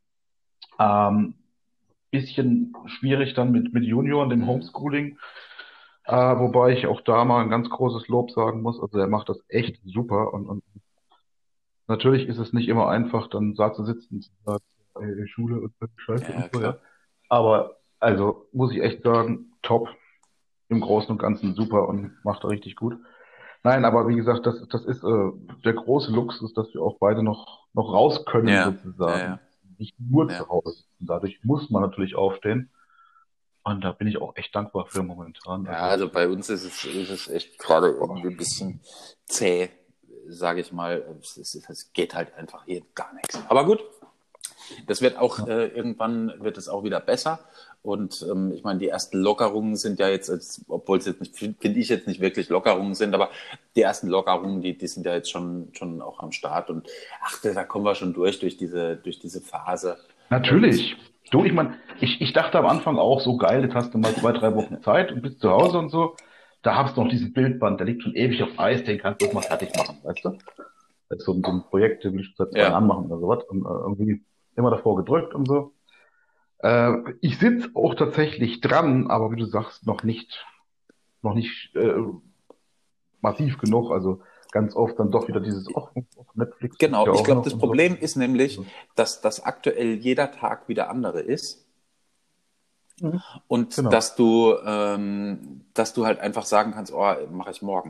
[SPEAKER 2] Ähm, bisschen schwierig dann mit, mit Junior und dem
[SPEAKER 1] Mhm.
[SPEAKER 2] Homeschooling, äh, wobei ich auch da mal ein ganz großes Lob sagen muss. Also er macht das echt super und, und natürlich ist es nicht immer einfach, dann da zu sitzen und zu sagen, ey, Schule und
[SPEAKER 1] Ja,
[SPEAKER 2] Scheiße
[SPEAKER 1] ja,
[SPEAKER 2] und so, ja.
[SPEAKER 1] klar.
[SPEAKER 2] Aber also muss ich echt sagen, top, im Großen und Ganzen super und macht er richtig gut. Nein, aber wie gesagt, das, das ist äh, der große Luxus, dass wir auch beide noch, noch raus können
[SPEAKER 1] Ja, ja, ja,
[SPEAKER 2] sozusagen. Nicht nur zu
[SPEAKER 1] ja.
[SPEAKER 2] Hause sitzen. Dadurch muss man natürlich aufstehen. Und da bin ich auch echt dankbar für momentan.
[SPEAKER 1] Ja,
[SPEAKER 2] Also
[SPEAKER 1] also
[SPEAKER 2] das
[SPEAKER 1] bei uns
[SPEAKER 2] ist,
[SPEAKER 1] ist es, ist es echt gerade
[SPEAKER 2] boah,
[SPEAKER 1] irgendwie ein bisschen zäh, sage ich mal. Es, ist, es geht halt einfach hier gar nichts. Aber gut, das wird auch
[SPEAKER 2] ja.
[SPEAKER 1] äh, irgendwann wird es auch wieder besser. Und ähm, ich meine, die ersten Lockerungen sind ja jetzt, jetzt obwohl es jetzt nicht, finde ich jetzt nicht wirklich Lockerungen sind, aber die ersten Lockerungen, die, die sind ja jetzt schon, schon auch am Start. Und ach, da kommen wir schon durch, durch diese, durch diese Phase. Und
[SPEAKER 2] Natürlich. Du, ich meine, ich, ich dachte am Anfang auch so geil, jetzt hast du mal zwei, drei Wochen Zeit und bist zu Hause und so. Da hab's noch diesen Bildband, der liegt schon ewig auf Eis, den kannst du auch mal fertig machen, weißt du? Das ist so, ein- so ein Projekt, den will ich schon seit zwei
[SPEAKER 1] ja,
[SPEAKER 2] Jahren machen oder sowas und äh, irgendwie immer davor gedrückt und so. Äh, ich sitz auch tatsächlich dran, aber wie du sagst, noch nicht, noch nicht äh, massiv genug. Also ganz oft dann doch wieder dieses, ach, auf Netflix gibt's
[SPEAKER 1] genau.
[SPEAKER 2] ja
[SPEAKER 1] Ich
[SPEAKER 2] auch
[SPEAKER 1] glaube,
[SPEAKER 2] noch
[SPEAKER 1] das
[SPEAKER 2] und so.
[SPEAKER 1] Problem ist nämlich,
[SPEAKER 2] Also,
[SPEAKER 1] dass das aktuell jeder Tag wieder andere ist.
[SPEAKER 2] mhm,
[SPEAKER 1] Und
[SPEAKER 2] genau.
[SPEAKER 1] dass du, ähm, dass du halt einfach sagen kannst, oh, mache ich morgen.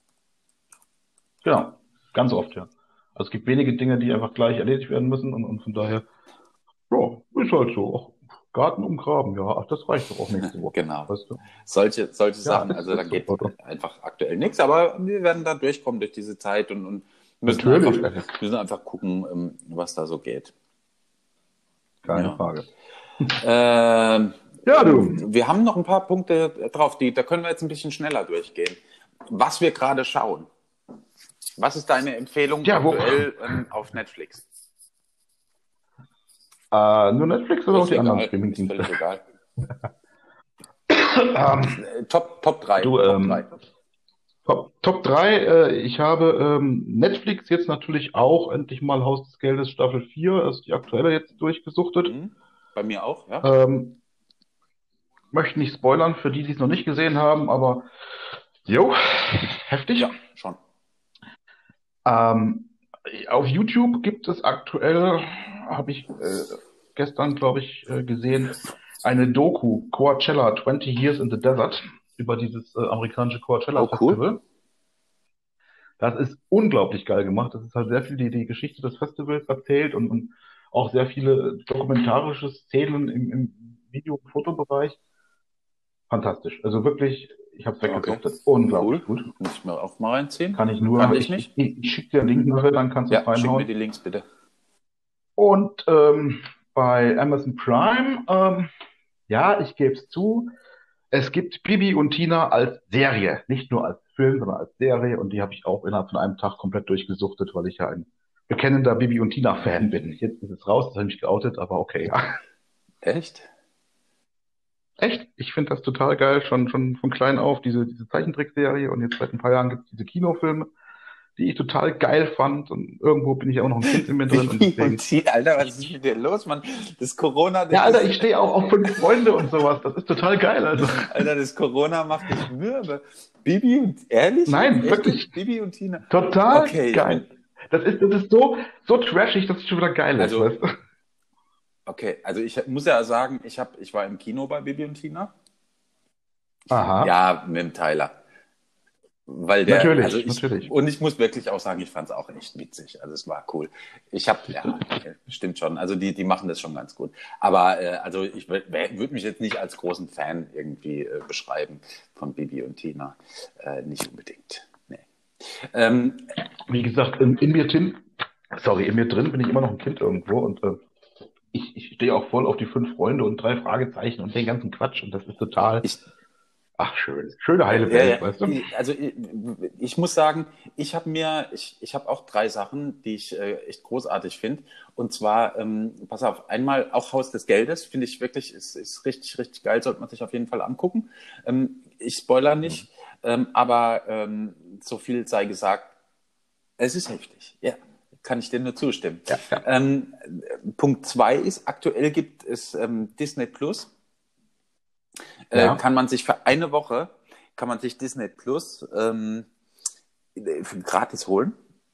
[SPEAKER 2] Genau, ganz oft, ja. Also es gibt wenige Dinge, die einfach gleich erledigt werden müssen und, und von daher, ja, ist halt so. Ach, Garten umgraben, ja, ach, das reicht doch auch nächste Woche,
[SPEAKER 1] Genau.
[SPEAKER 2] weißt du?
[SPEAKER 1] Solche, solche
[SPEAKER 2] Ja,
[SPEAKER 1] Sachen.
[SPEAKER 2] ist,
[SPEAKER 1] Also da
[SPEAKER 2] ist so,
[SPEAKER 1] geht
[SPEAKER 2] Otto.
[SPEAKER 1] einfach aktuell nichts, aber wir werden da durchkommen durch diese Zeit und, und müssen einfach,
[SPEAKER 2] Natürlich, das ist
[SPEAKER 1] müssen einfach gucken, ähm, was da so geht.
[SPEAKER 2] keine
[SPEAKER 1] Ja.
[SPEAKER 2] Frage.
[SPEAKER 1] Ähm,
[SPEAKER 2] Ja, du.
[SPEAKER 1] wir haben noch ein paar Punkte drauf, die, da können wir jetzt ein bisschen schneller durchgehen. Was wir gerade schauen. Was ist deine Empfehlung
[SPEAKER 2] Ja, wo?
[SPEAKER 1] aktuell ähm, auf Netflix?
[SPEAKER 2] Äh, nur Netflix oder auch
[SPEAKER 1] Ist
[SPEAKER 2] die anderen
[SPEAKER 1] egal, ist
[SPEAKER 2] Streamingdienste?
[SPEAKER 1] völlig egal.
[SPEAKER 2] Ähm,
[SPEAKER 1] Top, Top drei,
[SPEAKER 2] du,
[SPEAKER 1] Top drei.
[SPEAKER 2] ähm, Top, Top drei. Äh, ich habe ähm, Netflix jetzt natürlich auch endlich mal Haus des Geldes Staffel vier, also die aktuelle jetzt durchgesuchtet.
[SPEAKER 1] Hm? Bei mir auch, ja?
[SPEAKER 2] Ähm, möchte nicht spoilern für die, die es noch nicht gesehen haben, aber jo, heftig.
[SPEAKER 1] Ja, schon.
[SPEAKER 2] Ähm, auf YouTube gibt es aktuell, habe ich äh, gestern, glaube ich, äh, gesehen, eine Doku, Coachella twenty Years in the Desert, über dieses äh, amerikanische Coachella
[SPEAKER 1] Oh, cool.
[SPEAKER 2] Festival. Das ist unglaublich geil gemacht. Das ist halt sehr viel die, die Geschichte des Festivals erzählt und, und auch sehr viele dokumentarische Szenen im, im Video- und Fotobereich. Fantastisch. Also wirklich, ich habe es
[SPEAKER 1] Okay,
[SPEAKER 2] weggesuchtet. Unglaublich
[SPEAKER 1] cool.
[SPEAKER 2] gut.
[SPEAKER 1] Muss ich mir auch mal reinziehen.
[SPEAKER 2] Kann ich
[SPEAKER 1] Kannte
[SPEAKER 2] nur,
[SPEAKER 1] ich
[SPEAKER 2] ich, ich,
[SPEAKER 1] nicht.
[SPEAKER 2] ich schicke dir einen Link nachher, dann kannst du es
[SPEAKER 1] Ja, schick mir
[SPEAKER 2] reinhauen.
[SPEAKER 1] die Links bitte.
[SPEAKER 2] Und ähm, bei Amazon Prime, ähm, ja, ich gebe es zu, es gibt Bibi und Tina als Serie, nicht nur als Film, sondern als Serie. Und die habe ich auch innerhalb von einem Tag komplett durchgesuchtet, weil ich ja ein bekennender Bibi und Tina-Fan bin. Jetzt ist es raus, das habe ich mich geoutet, aber okay, ja.
[SPEAKER 1] Echt?
[SPEAKER 2] Echt? Ich finde das total geil, schon, schon von klein auf, diese, diese Zeichentrickserie. Und jetzt seit ein paar Jahren gibt es diese Kinofilme, die ich total geil fand. Und irgendwo bin ich auch noch ein Kind in mir drin und
[SPEAKER 1] Bibi und
[SPEAKER 2] deswegen.
[SPEAKER 1] Tina, Alter, was
[SPEAKER 2] Ich,
[SPEAKER 1] ist
[SPEAKER 2] ich,
[SPEAKER 1] mit dir los, Mann? Das Corona,
[SPEAKER 2] ja,
[SPEAKER 1] das
[SPEAKER 2] Alter,
[SPEAKER 1] ist,
[SPEAKER 2] ich stehe auch auf fünf Freunde und sowas. Das ist total geil, also.
[SPEAKER 1] Alter, das Corona macht dich mürbe. Bibi und, ehrlich jetzt?
[SPEAKER 2] Nein,
[SPEAKER 1] Echt jetzt?
[SPEAKER 2] wirklich
[SPEAKER 1] Bibi und Tina?
[SPEAKER 2] total
[SPEAKER 1] Okay, ich bin,
[SPEAKER 2] geil. Das ist, das ist so, so trashig, dass es schon wieder geil ist,
[SPEAKER 1] also,
[SPEAKER 2] weißt du?
[SPEAKER 1] okay, also ich muss ja sagen, ich hab, ich war im Kino bei Bibi und Tina.
[SPEAKER 2] Aha,
[SPEAKER 1] Ja, mit dem Tyler. Weil der, also
[SPEAKER 2] natürlich,
[SPEAKER 1] ich,
[SPEAKER 2] natürlich.
[SPEAKER 1] und ich muss wirklich auch sagen, ich fand es auch echt witzig. Also es war cool. Ich habe, ja, stimmt schon. Also die, die machen das schon ganz gut. Aber äh, also ich würde mich jetzt nicht als großen Fan irgendwie äh, beschreiben von Bibi und Tina. Äh, nicht unbedingt. Nee. Ähm,
[SPEAKER 2] Wie gesagt, in, in mir drin, sorry, in mir drin bin ich immer noch ein Kind irgendwo und äh, ich, ich stehe auch voll auf die fünf Freunde und drei Fragezeichen und den ganzen Quatsch und das ist total,
[SPEAKER 1] ich,
[SPEAKER 2] Ach, schön. Schöne heile
[SPEAKER 1] Ja, ja.
[SPEAKER 2] Welt, weißt du?
[SPEAKER 1] Also ich, ich muss sagen, ich habe mir, ich, ich habe auch drei Sachen, die ich äh, echt großartig finde. Und zwar, ähm, pass auf, einmal auch Haus des Geldes, finde ich wirklich, ist, ist richtig, richtig geil, sollte man sich auf jeden Fall angucken. Ähm, ich spoiler
[SPEAKER 2] Mhm.
[SPEAKER 1] nicht, ähm, aber ähm, so viel sei gesagt, es ist heftig. Ja, kann ich dir nur zustimmen.
[SPEAKER 2] Ja, ja.
[SPEAKER 1] Ähm, Punkt zwei ist, aktuell gibt es ähm, Disney Plus. Äh,
[SPEAKER 2] Ja,
[SPEAKER 1] kann man sich für eine Woche, kann man sich Disney Plus ähm, gratis holen.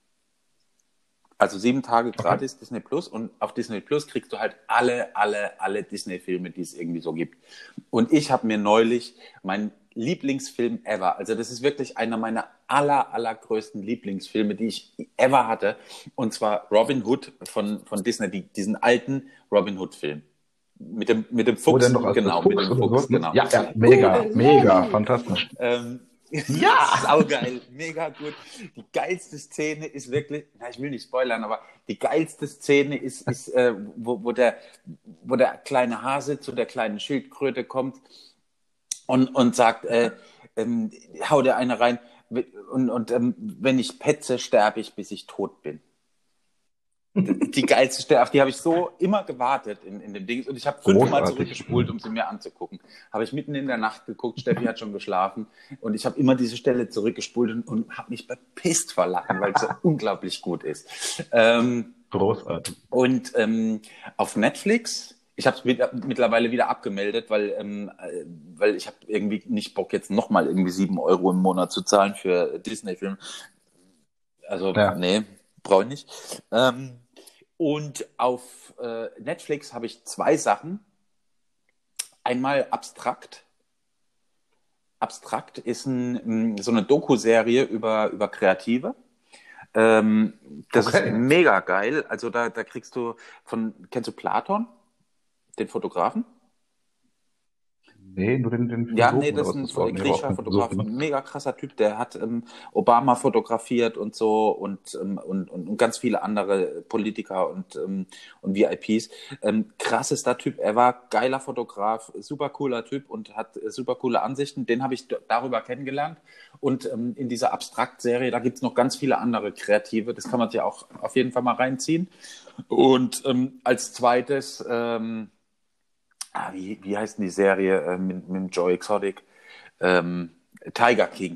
[SPEAKER 1] Also sieben Tage
[SPEAKER 2] okay.
[SPEAKER 1] gratis Disney Plus und auf Disney Plus kriegst du halt alle, alle, alle Disney-Filme, die es irgendwie so gibt. Und ich habe mir neulich meinen Lieblingsfilm ever, also das ist wirklich einer meiner aller, allergrößten Lieblingsfilme, die ich ever hatte, und zwar Robin Hood von, von Disney, die, diesen alten Robin Hood-Film. Mit dem, mit dem
[SPEAKER 2] Wo denn
[SPEAKER 1] Fuchs,
[SPEAKER 2] noch als, als
[SPEAKER 1] genau, mit
[SPEAKER 2] Fuchs
[SPEAKER 1] dem
[SPEAKER 2] oder
[SPEAKER 1] Fuchs,
[SPEAKER 2] so?
[SPEAKER 1] genau.
[SPEAKER 2] Ja, ja,
[SPEAKER 1] Uh,
[SPEAKER 2] mega,
[SPEAKER 1] der
[SPEAKER 2] mega,
[SPEAKER 1] Lolli!
[SPEAKER 2] fantastisch.
[SPEAKER 1] Ähm,
[SPEAKER 2] Ja!
[SPEAKER 1] saugeil, mega gut. Die geilste Szene ist wirklich, na, ich will nicht spoilern, aber die geilste Szene ist, ist äh, wo, wo, der, wo der kleine Hase zu der kleinen Schildkröte kommt und, und sagt, äh, ähm, hau dir eine rein und, und ähm, wenn ich petze, sterbe ich, bis ich tot bin. Die geilste Stelle, auf die habe ich so immer gewartet in, in dem Ding. Und ich habe fünfmal
[SPEAKER 2] Großartig.
[SPEAKER 1] zurückgespult, um sie mir anzugucken. Habe ich mitten in der Nacht geguckt, Steffi hat schon geschlafen. Und ich habe immer diese Stelle zurückgespult und, und habe mich bepisst vor Lachen, weil es so unglaublich gut ist. Ähm,
[SPEAKER 2] Großartig.
[SPEAKER 1] und ähm, auf Netflix, ich habe es mit, mittlerweile wieder abgemeldet, weil, ähm, äh, weil ich habe irgendwie nicht Bock, jetzt nochmal irgendwie sieben Euro im Monat zu zahlen für Disney-Filme. Also,
[SPEAKER 2] Ja,
[SPEAKER 1] nee, brauche ich nicht. Ähm, und auf äh, Netflix habe ich zwei Sachen. Einmal Abstrakt. Abstrakt ist ein, so eine Doku-Serie über, über Kreative. Ähm, das ist
[SPEAKER 2] okay.
[SPEAKER 1] mega geil. Also da, da kriegst du von, kennst du Platon, den Fotografen?
[SPEAKER 2] Nee, nur den, den
[SPEAKER 1] Ja, nee,
[SPEAKER 2] Philosophen oder
[SPEAKER 1] das ist
[SPEAKER 2] was
[SPEAKER 1] ein
[SPEAKER 2] das war.
[SPEAKER 1] F-
[SPEAKER 2] Nee, aber auch
[SPEAKER 1] griechischer
[SPEAKER 2] den
[SPEAKER 1] Fotograf,
[SPEAKER 2] Philosophen, ne?
[SPEAKER 1] mega krasser Typ, der hat ähm, Obama fotografiert und so und, ähm, und, und, und ganz viele andere Politiker und, ähm, und V I Ps. Ähm, krassester Typ, er war geiler Fotograf, super cooler Typ und hat äh, super coole Ansichten. Den habe ich d- darüber kennengelernt. Und ähm, in dieser Abstrakt-Serie, da gibt's noch ganz viele andere Kreative, das kann man sich auch auf jeden Fall mal reinziehen. Und ähm, als zweites, ähm, ah, wie, wie heißt denn die Serie äh, mit, mit dem Joe Exotic? Ähm, Tiger King.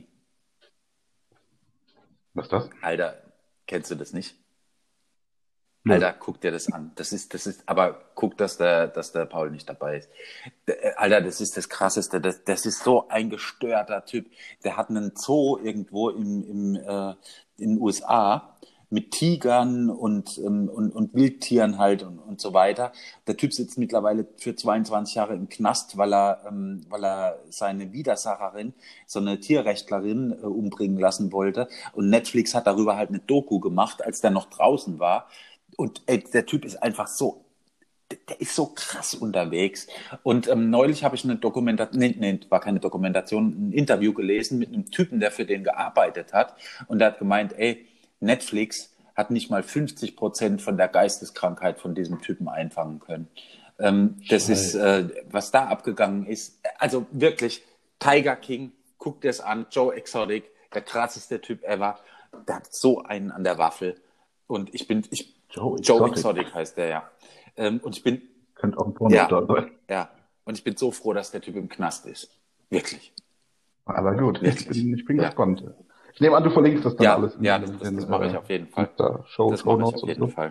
[SPEAKER 2] Was ist das?
[SPEAKER 1] Alter, kennst du das nicht?
[SPEAKER 2] Nö.
[SPEAKER 1] Alter, guck dir das an. Das ist, das ist, aber guck, dass der, dass der Paul nicht dabei ist. Der, äh, Alter, das ist das Krasseste. Das, das ist so ein gestörter Typ. Der hat einen Zoo irgendwo im, im, äh, in den U S A mit Tigern und, ähm, und, und Wildtieren halt und, und so weiter. Der Typ sitzt mittlerweile für zweiundzwanzig Jahre im Knast, weil er, ähm, weil er seine Widersacherin, so eine Tierrechtlerin, äh, umbringen lassen wollte. Und Netflix hat darüber halt eine Doku gemacht, als der noch draußen war. Und ey, der Typ ist einfach so, der ist so krass unterwegs. Und ähm, neulich habe ich eine Dokumentation, nee, nee, war keine Dokumentation, ein Interview gelesen mit einem Typen, der für den gearbeitet hat. Und der hat gemeint, ey, Netflix hat nicht mal fünfzig Prozent von der Geisteskrankheit von diesem Typen einfangen können. Ähm, das ist,
[SPEAKER 2] Scheiße.
[SPEAKER 1] äh, was da abgegangen ist. Also wirklich, Tiger King, guck dir es an, Joe Exotic, der krasseste Typ ever. Der hat so einen an der Waffel. Und ich bin, ich,
[SPEAKER 2] Joe
[SPEAKER 1] Joe
[SPEAKER 2] Exotic.
[SPEAKER 1] Exotic heißt der, ja. Ähm, und ich bin,
[SPEAKER 2] Könnte auch ein
[SPEAKER 1] ja,
[SPEAKER 2] Pornostar sein.
[SPEAKER 1] ja. Und ich bin so froh, dass der Typ im Knast ist. Wirklich,
[SPEAKER 2] Aber gut, ich
[SPEAKER 1] wirklich.
[SPEAKER 2] bin, ich bin
[SPEAKER 1] Ja,
[SPEAKER 2] gespannt. Ich nehme an, du verlinkst das dann
[SPEAKER 1] ja,
[SPEAKER 2] alles in
[SPEAKER 1] ja,
[SPEAKER 2] den,
[SPEAKER 1] das,
[SPEAKER 2] in
[SPEAKER 1] das,
[SPEAKER 2] den
[SPEAKER 1] das mache
[SPEAKER 2] äh,
[SPEAKER 1] ich auf jeden Fall.
[SPEAKER 2] Insta-Show,
[SPEAKER 1] Das
[SPEAKER 2] Show
[SPEAKER 1] mache ich
[SPEAKER 2] Notes
[SPEAKER 1] auf
[SPEAKER 2] oder
[SPEAKER 1] jeden
[SPEAKER 2] so.
[SPEAKER 1] Fall.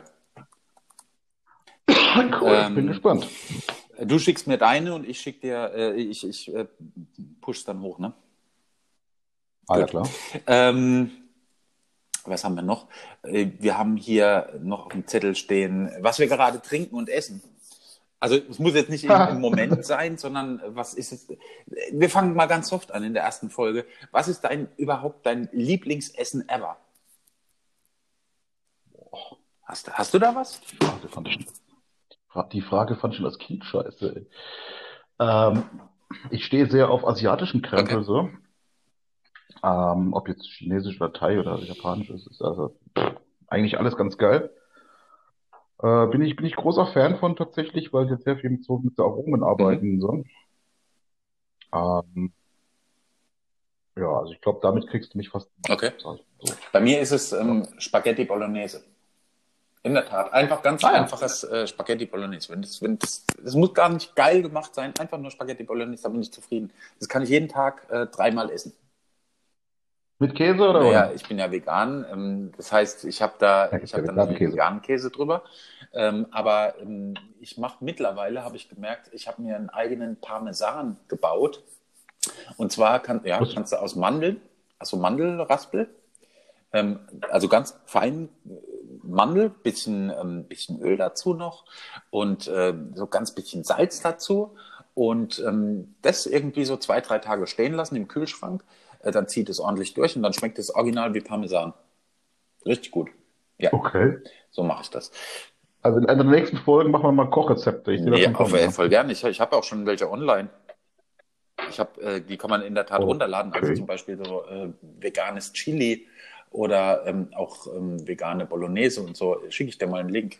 [SPEAKER 2] Cool, bin
[SPEAKER 1] Ähm,
[SPEAKER 2] gespannt.
[SPEAKER 1] du schickst mir deine und ich schicke dir, äh, ich, ich äh, push dann hoch, ne?
[SPEAKER 2] Ah ja,
[SPEAKER 1] Gut.
[SPEAKER 2] klar.
[SPEAKER 1] Ähm, was haben wir noch? Äh, wir haben hier noch auf dem Zettel stehen, was wir gerade trinken und essen. Also es muss jetzt nicht im, im Moment sein, sondern was ist es? Wir fangen mal ganz soft an in der ersten Folge. Was ist dein überhaupt dein Lieblingsessen ever? Hast, hast du da was?
[SPEAKER 2] Die Frage fand ich, die Frage fand ich schon als Kind scheiße. Ey. Ähm, ich stehe sehr auf asiatischen
[SPEAKER 1] Okay.
[SPEAKER 2] Krempel so. Ähm, ob jetzt chinesisch oder Thai oder japanisch ist, ist also pff, eigentlich alles ganz geil. Äh, bin ich, bin ich großer Fan von tatsächlich, weil wir sehr viel mit so mit so Aromen
[SPEAKER 1] Mhm.
[SPEAKER 2] arbeiten. So. Ähm, Ja, also ich glaube, damit kriegst du mich fast.
[SPEAKER 1] Okay.
[SPEAKER 2] So.
[SPEAKER 1] Bei mir ist es ähm, Spaghetti Bolognese. In der Tat. Einfach ganz
[SPEAKER 2] Ah, ja.
[SPEAKER 1] einfaches äh, Spaghetti Bolognese. Wenn das, wenn das, das muss gar nicht geil gemacht sein, einfach nur Spaghetti Bolognese, da bin ich zufrieden. Das kann ich jeden Tag äh, dreimal essen.
[SPEAKER 2] Mit Käse oder
[SPEAKER 1] Naja,
[SPEAKER 2] ohne?
[SPEAKER 1] ich bin ja vegan. Ähm, das heißt, ich habe da,
[SPEAKER 2] Ja,
[SPEAKER 1] ich
[SPEAKER 2] gibt's
[SPEAKER 1] habe
[SPEAKER 2] ja
[SPEAKER 1] dann
[SPEAKER 2] veganen
[SPEAKER 1] natürlich
[SPEAKER 2] Käse.
[SPEAKER 1] veganen Käse drüber. Ähm, aber ähm, ich mache mittlerweile, habe ich gemerkt, ich habe mir einen eigenen Parmesan gebaut. Und zwar kann, ja,
[SPEAKER 2] Was?
[SPEAKER 1] kannst du aus Mandeln, also Mandelraspel, ähm, also ganz fein äh, Mandel, bisschen, ähm, bisschen Öl dazu noch und äh, so ganz bisschen Salz dazu und ähm, das irgendwie so zwei, drei Tage stehen lassen im Kühlschrank. Äh, dann zieht es ordentlich durch und dann schmeckt es original wie Parmesan. Richtig gut. Ja,
[SPEAKER 2] Okay.
[SPEAKER 1] so mache ich das.
[SPEAKER 2] Also in einer der nächsten Folgen machen wir mal Kochrezepte. Ich sehe das
[SPEAKER 1] Ja,
[SPEAKER 2] schon
[SPEAKER 1] auf,
[SPEAKER 2] kommen.
[SPEAKER 1] äh,
[SPEAKER 2] Ja.
[SPEAKER 1] voll gerne. Ich, ich habe auch schon welche online. Ich habe, äh, die kann man in der Tat runterladen. Also
[SPEAKER 2] Okay.
[SPEAKER 1] zum Beispiel so äh, veganes Chili oder ähm, auch ähm, vegane Bolognese und so. Schicke ich dir mal einen Link.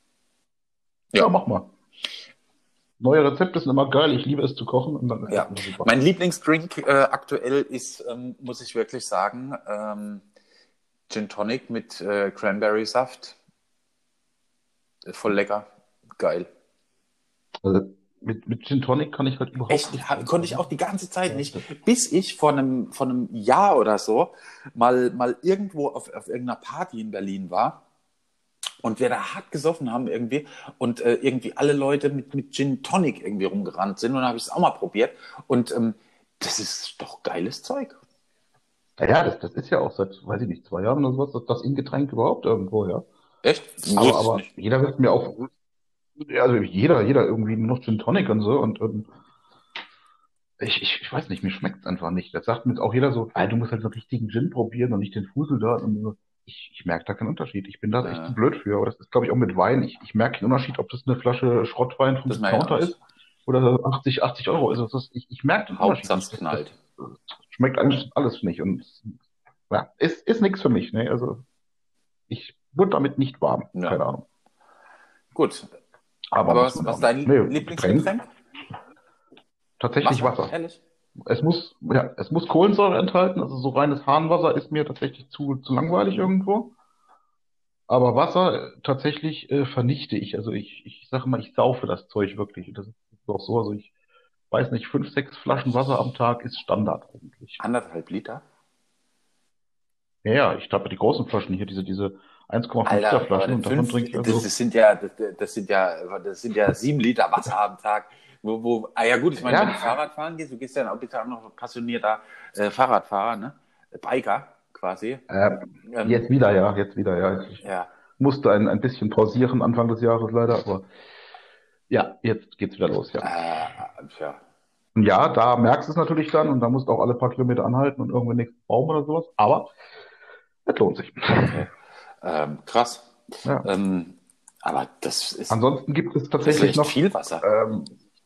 [SPEAKER 2] Ja,
[SPEAKER 1] Ja,
[SPEAKER 2] mach mal. Neue Rezepte sind immer geil. Ich liebe es zu kochen und dann ist das
[SPEAKER 1] ja.
[SPEAKER 2] immer super.
[SPEAKER 1] Mein Lieblingsdrink äh, aktuell ist, ähm, muss ich wirklich sagen, ähm, Gin Tonic mit äh, Cranberry-Saft. Voll lecker. Geil.
[SPEAKER 2] Also mit, mit Gin Tonic kann ich halt überhaupt
[SPEAKER 1] Echt,
[SPEAKER 2] nichts
[SPEAKER 1] hab, konnte ich
[SPEAKER 2] anfangen.
[SPEAKER 1] auch die ganze Zeit
[SPEAKER 2] Ja,
[SPEAKER 1] nicht,
[SPEAKER 2] das,
[SPEAKER 1] bis ich vor einem, vor einem Jahr oder so mal, mal irgendwo auf, auf irgendeiner Party in Berlin war und wir da hart gesoffen haben irgendwie und äh, irgendwie alle Leute mit, mit Gin Tonic irgendwie rumgerannt sind und dann habe ich es auch mal probiert und ähm, das ist doch geiles Zeug.
[SPEAKER 2] ja, ja, das, das ist ja auch seit, weiß ich nicht, zwei Jahren oder sowas, das, das In-Getränk überhaupt irgendwo, ja.
[SPEAKER 1] Echt?
[SPEAKER 2] Aber,
[SPEAKER 1] Wusste ich
[SPEAKER 2] aber
[SPEAKER 1] nicht.
[SPEAKER 2] jeder wird mir auch, ja, also jeder, jeder irgendwie nur noch Gin Tonic und so und, und ich, ich, ich weiß nicht, mir schmeckt es einfach nicht. Das sagt mir jetzt auch jeder so, ah, du musst halt so einen richtigen Gin probieren und nicht den Fusel da. Und so. Ich, ich merke da keinen Unterschied. Ich bin da echt
[SPEAKER 1] Äh,
[SPEAKER 2] zu blöd für. Aber das ist, glaube ich, auch mit Wein. Ich, ich merke den Unterschied, ob das eine Flasche Schrottwein vom
[SPEAKER 1] das merke ich auch
[SPEAKER 2] Discounter
[SPEAKER 1] nicht.
[SPEAKER 2] ist oder achtzig, achtzig Euro ist. Das ist ich, ich merke den Unterschied
[SPEAKER 1] Hauptsache es
[SPEAKER 2] nicht. Das, das
[SPEAKER 1] knallt.
[SPEAKER 2] schmeckt eigentlich alles nicht. Und ja, ist, ist nichts für mich. Ne? Also ich wurde damit nicht warm.
[SPEAKER 1] Ja,
[SPEAKER 2] Keine Ahnung.
[SPEAKER 1] gut.
[SPEAKER 2] Aber
[SPEAKER 1] Aber
[SPEAKER 2] muss
[SPEAKER 1] was,
[SPEAKER 2] man
[SPEAKER 1] was
[SPEAKER 2] auch
[SPEAKER 1] ist
[SPEAKER 2] nicht.
[SPEAKER 1] dein
[SPEAKER 2] Nee, Getränk,
[SPEAKER 1] Lieblingsgetränk?
[SPEAKER 2] tatsächlich
[SPEAKER 1] Wasser,
[SPEAKER 2] Wasser.
[SPEAKER 1] ehrlich?
[SPEAKER 2] Es muss, ja, es muss Kohlensäure enthalten, also so reines Hahnwasser ist mir tatsächlich zu, zu langweilig
[SPEAKER 1] Mhm.
[SPEAKER 2] irgendwo. Aber Wasser äh, tatsächlich äh, vernichte ich. Also ich, ich sage mal, ich saufe das Zeug wirklich. Und das ist auch so. Also ich weiß nicht, fünf, sechs Flaschen Wasser am Tag ist Standard eigentlich.
[SPEAKER 1] Anderthalb Liter?
[SPEAKER 2] Ja, ja, ich habe die großen Flaschen hier, diese, diese eins Komma fünf Liter
[SPEAKER 1] Alter, aber
[SPEAKER 2] Flaschen
[SPEAKER 1] das
[SPEAKER 2] und davon
[SPEAKER 1] fünf,
[SPEAKER 2] trinke ich
[SPEAKER 1] das,
[SPEAKER 2] also,
[SPEAKER 1] das sind ja, das, das sind ja, das sind ja sieben Liter Wasser am Tag. Wo, wo, ah ja gut, ich meine, wenn du
[SPEAKER 2] ja,
[SPEAKER 1] Fahrrad fahren gehst, du gehst ja auch bitte auch noch passionierter äh, Fahrradfahrer, ne? Biker quasi.
[SPEAKER 2] äh,
[SPEAKER 1] Ähm,
[SPEAKER 2] jetzt wieder, ja, jetzt wieder, ja. Ich
[SPEAKER 1] ja,
[SPEAKER 2] musste ein, ein bisschen pausieren Anfang des Jahres leider, aber ja, jetzt geht's wieder los, ja.
[SPEAKER 1] äh, ja,
[SPEAKER 2] Und ja, da merkst du es natürlich dann und da musst du auch alle paar Kilometer anhalten und irgendwo nächsten Baum oder sowas. Aber es lohnt sich.
[SPEAKER 1] okay. Ähm, krass.
[SPEAKER 2] Ja.
[SPEAKER 1] Ähm, aber das ist,
[SPEAKER 2] Ansonsten gibt es
[SPEAKER 1] das ist
[SPEAKER 2] tatsächlich
[SPEAKER 1] echt
[SPEAKER 2] noch,
[SPEAKER 1] viel Wasser.
[SPEAKER 2] ähm,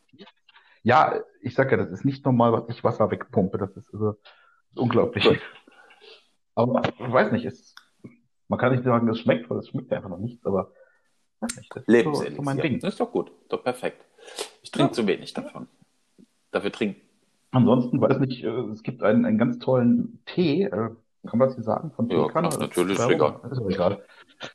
[SPEAKER 2] ja, ich sag ja, das ist nicht normal, was ich Wasser wegpumpe. Das ist, also, das ist unglaublich.
[SPEAKER 1] Gut.
[SPEAKER 2] Aber ich weiß nicht, es, man kann nicht sagen, es schmeckt, weil es schmeckt einfach noch nichts, aber weiß nicht, das ist so, so mein
[SPEAKER 1] Lebenselixier.
[SPEAKER 2] Ding.
[SPEAKER 1] Das ist doch gut. Doch perfekt. Ich trinke
[SPEAKER 2] Ja.
[SPEAKER 1] zu wenig davon. Dafür trinken.
[SPEAKER 2] Ansonsten weiß nicht, äh, es gibt einen, einen ganz tollen Tee, äh, kann man das hier sagen, von
[SPEAKER 1] Ja,
[SPEAKER 2] Teekanne,
[SPEAKER 1] klar,
[SPEAKER 2] das ist
[SPEAKER 1] natürlich, ist egal.
[SPEAKER 2] Werbung, ist aber egal.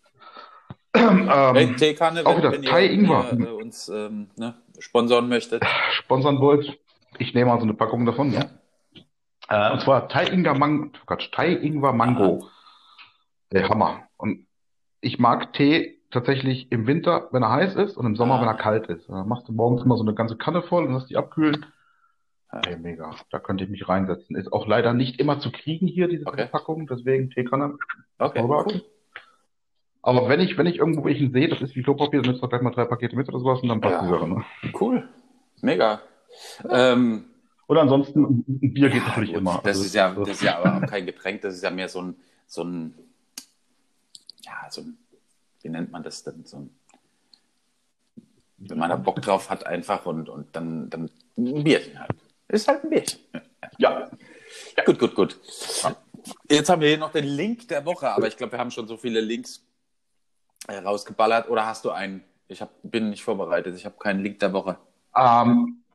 [SPEAKER 1] Hey,
[SPEAKER 2] Ähm,
[SPEAKER 1] Teekanne,
[SPEAKER 2] auch
[SPEAKER 1] wenn,
[SPEAKER 2] wieder
[SPEAKER 1] wenn
[SPEAKER 2] Thai
[SPEAKER 1] ihr, wenn
[SPEAKER 2] Ingwer.
[SPEAKER 1] ihr äh, uns ähm, ne, sponsern möchtet.
[SPEAKER 2] Sponsern wollt, ich nehme mal so eine Packung davon,
[SPEAKER 1] Ja.
[SPEAKER 2] ne? Äh, und zwar Thai Ingwer Mang Quatsch, Thai Ingwer
[SPEAKER 1] Aha.
[SPEAKER 2] Mango. Der Hammer. Und ich mag Tee tatsächlich im Winter, wenn er heiß ist und im Sommer, wenn er
[SPEAKER 1] Ah,
[SPEAKER 2] kalt ist. Da machst du morgens immer so eine ganze Kanne voll und lässt die abkühlen.
[SPEAKER 1] ja.
[SPEAKER 2] Ey, mega. Da könnte ich mich reinsetzen. Ist auch leider nicht immer zu kriegen hier, diese
[SPEAKER 1] Okay.
[SPEAKER 2] Packung, deswegen Teekanne.
[SPEAKER 1] Okay,
[SPEAKER 2] Mal warten.
[SPEAKER 1] cool.
[SPEAKER 2] Aber wenn ich, wenn ich irgendwo welchen sehe, das ist wie Klopapier, dann nimmst du gleich mal drei Pakete mit oder sowas und dann passt die
[SPEAKER 1] Ja,
[SPEAKER 2] Sache, ne?
[SPEAKER 1] cool. Mega. Ähm,
[SPEAKER 2] Und ansonsten, ein Bier geht
[SPEAKER 1] ja,
[SPEAKER 2] natürlich
[SPEAKER 1] gut.
[SPEAKER 2] immer.
[SPEAKER 1] Das
[SPEAKER 2] Also
[SPEAKER 1] ist ja,
[SPEAKER 2] das,
[SPEAKER 1] das ist ja aber auch kein Getränk, das ist ja mehr so ein, so ein, ja, so ein, wie nennt man das denn? So ein, wenn man da Bock drauf hat einfach und, und dann, dann ein Bierchen halt. Ist halt ein Bierchen.
[SPEAKER 2] ja.
[SPEAKER 1] Gut, gut, gut. Jetzt haben wir hier noch den Link der Woche, aber ich glaube, wir haben schon so viele Links äh, rausgeballert. Oder hast du einen? Ich hab, bin nicht vorbereitet. Ich habe keinen Link der Woche.
[SPEAKER 2] Ähm,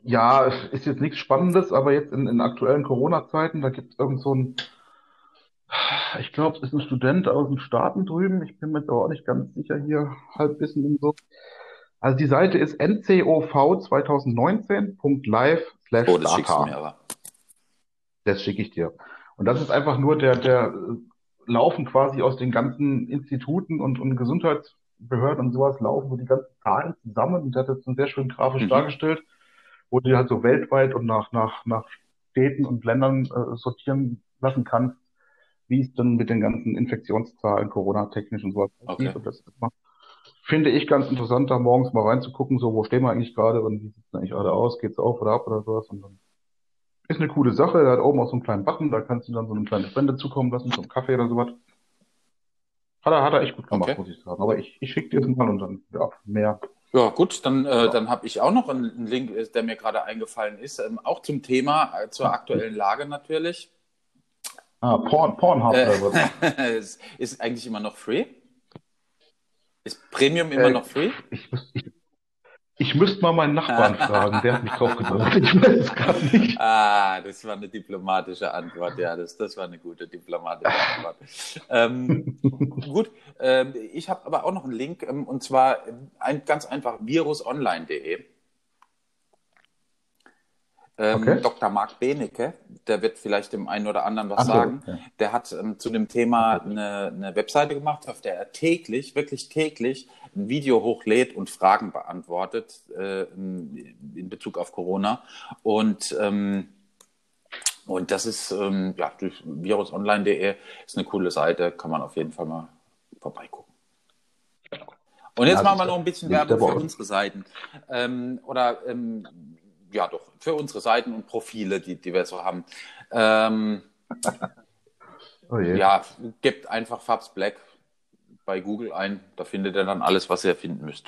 [SPEAKER 2] ja, es ist jetzt nichts Spannendes, aber jetzt in, in aktuellen Corona-Zeiten, da gibt es irgend so ein, ich glaube, es ist ein Student aus den Staaten drüben, ich bin mir jetzt aber auch nicht ganz sicher hier, Halbwissen und so. Also die Seite ist n c o v zwanzig neunzehn punkt live
[SPEAKER 1] Oh,
[SPEAKER 2] slash
[SPEAKER 1] das schickst du
[SPEAKER 2] data.
[SPEAKER 1] mir aber.
[SPEAKER 2] Das schicke ich dir. Und das ist einfach nur der, der äh, Laufen quasi aus den ganzen Instituten und, und Gesundheitsbehörden und sowas laufen, wo die ganzen Zahlen zusammen, und der hat das so sehr schön grafisch
[SPEAKER 1] Mhm.
[SPEAKER 2] dargestellt, wo du die halt so weltweit und nach, nach, nach Städten und Ländern äh, sortieren lassen kannst, wie es dann mit den ganzen Infektionszahlen, Corona-technisch und sowas
[SPEAKER 1] Okay.
[SPEAKER 2] aussieht. Und das ist immer, finde ich, ganz interessant, da morgens mal reinzugucken, so, wo stehen wir eigentlich gerade und wie sieht es eigentlich gerade aus, geht's auf oder ab oder sowas. Und dann ist eine coole Sache. Er hat oben auch so einen kleinen Button, da kannst du dann so eine kleine Spende zukommen lassen, so einen Kaffee oder sowas. Hat er, hat er echt gut gemacht,
[SPEAKER 1] Okay.
[SPEAKER 2] muss ich sagen. Aber ich, ich schicke dir das mal und dann, ja, mehr.
[SPEAKER 1] Ja, gut, dann, äh,
[SPEAKER 2] Ja.
[SPEAKER 1] dann habe ich auch noch einen, einen Link, äh, der mir gerade eingefallen ist, ähm, auch zum Thema, äh, zur aktuellen Lage natürlich.
[SPEAKER 2] Ah, Porn, Pornhub
[SPEAKER 1] Äh,
[SPEAKER 2] oder was?
[SPEAKER 1] es ist eigentlich immer noch free? Ist Premium immer
[SPEAKER 2] Äh,
[SPEAKER 1] noch free?
[SPEAKER 2] ich, müß- ich, ich müsste mal meinen Nachbarn fragen, der hat mich drauf gebracht. Ich weiß es gerade nicht.
[SPEAKER 1] Ah, das war eine diplomatische Antwort. Ja, das, das war eine gute diplomatische Antwort. Ähm, gut, ähm, ich habe aber auch noch einen Link, ähm, und zwar ähm, ein, ganz einfach virusonline punkt de. Ähm,
[SPEAKER 2] Okay.
[SPEAKER 1] Doktor Marc Benecke, der wird vielleicht dem einen oder anderen was
[SPEAKER 2] Ach so,
[SPEAKER 1] sagen.
[SPEAKER 2] ja.
[SPEAKER 1] Der hat ähm, zu dem Thema
[SPEAKER 2] Okay.
[SPEAKER 1] eine, eine Webseite gemacht, auf der er täglich, wirklich täglich, ein Video hochlädt und Fragen beantwortet äh, in Bezug auf Corona. Und ähm, und das ist, ähm, ja, durch virusonline punkt de ist eine coole Seite, kann man auf jeden Fall mal vorbeigucken. Und jetzt
[SPEAKER 2] Ja,
[SPEAKER 1] machen wir
[SPEAKER 2] siehst du.
[SPEAKER 1] noch ein bisschen
[SPEAKER 2] Link der
[SPEAKER 1] Werbung für
[SPEAKER 2] Woche.
[SPEAKER 1] unsere Seiten. Ähm, oder, ähm, ja doch, für unsere Seiten und Profile, die, die wir so haben. Ähm,
[SPEAKER 2] Oh je.
[SPEAKER 1] ja, gebt einfach Fabs Black bei Google ein, da findet ihr dann alles, was ihr finden müsst.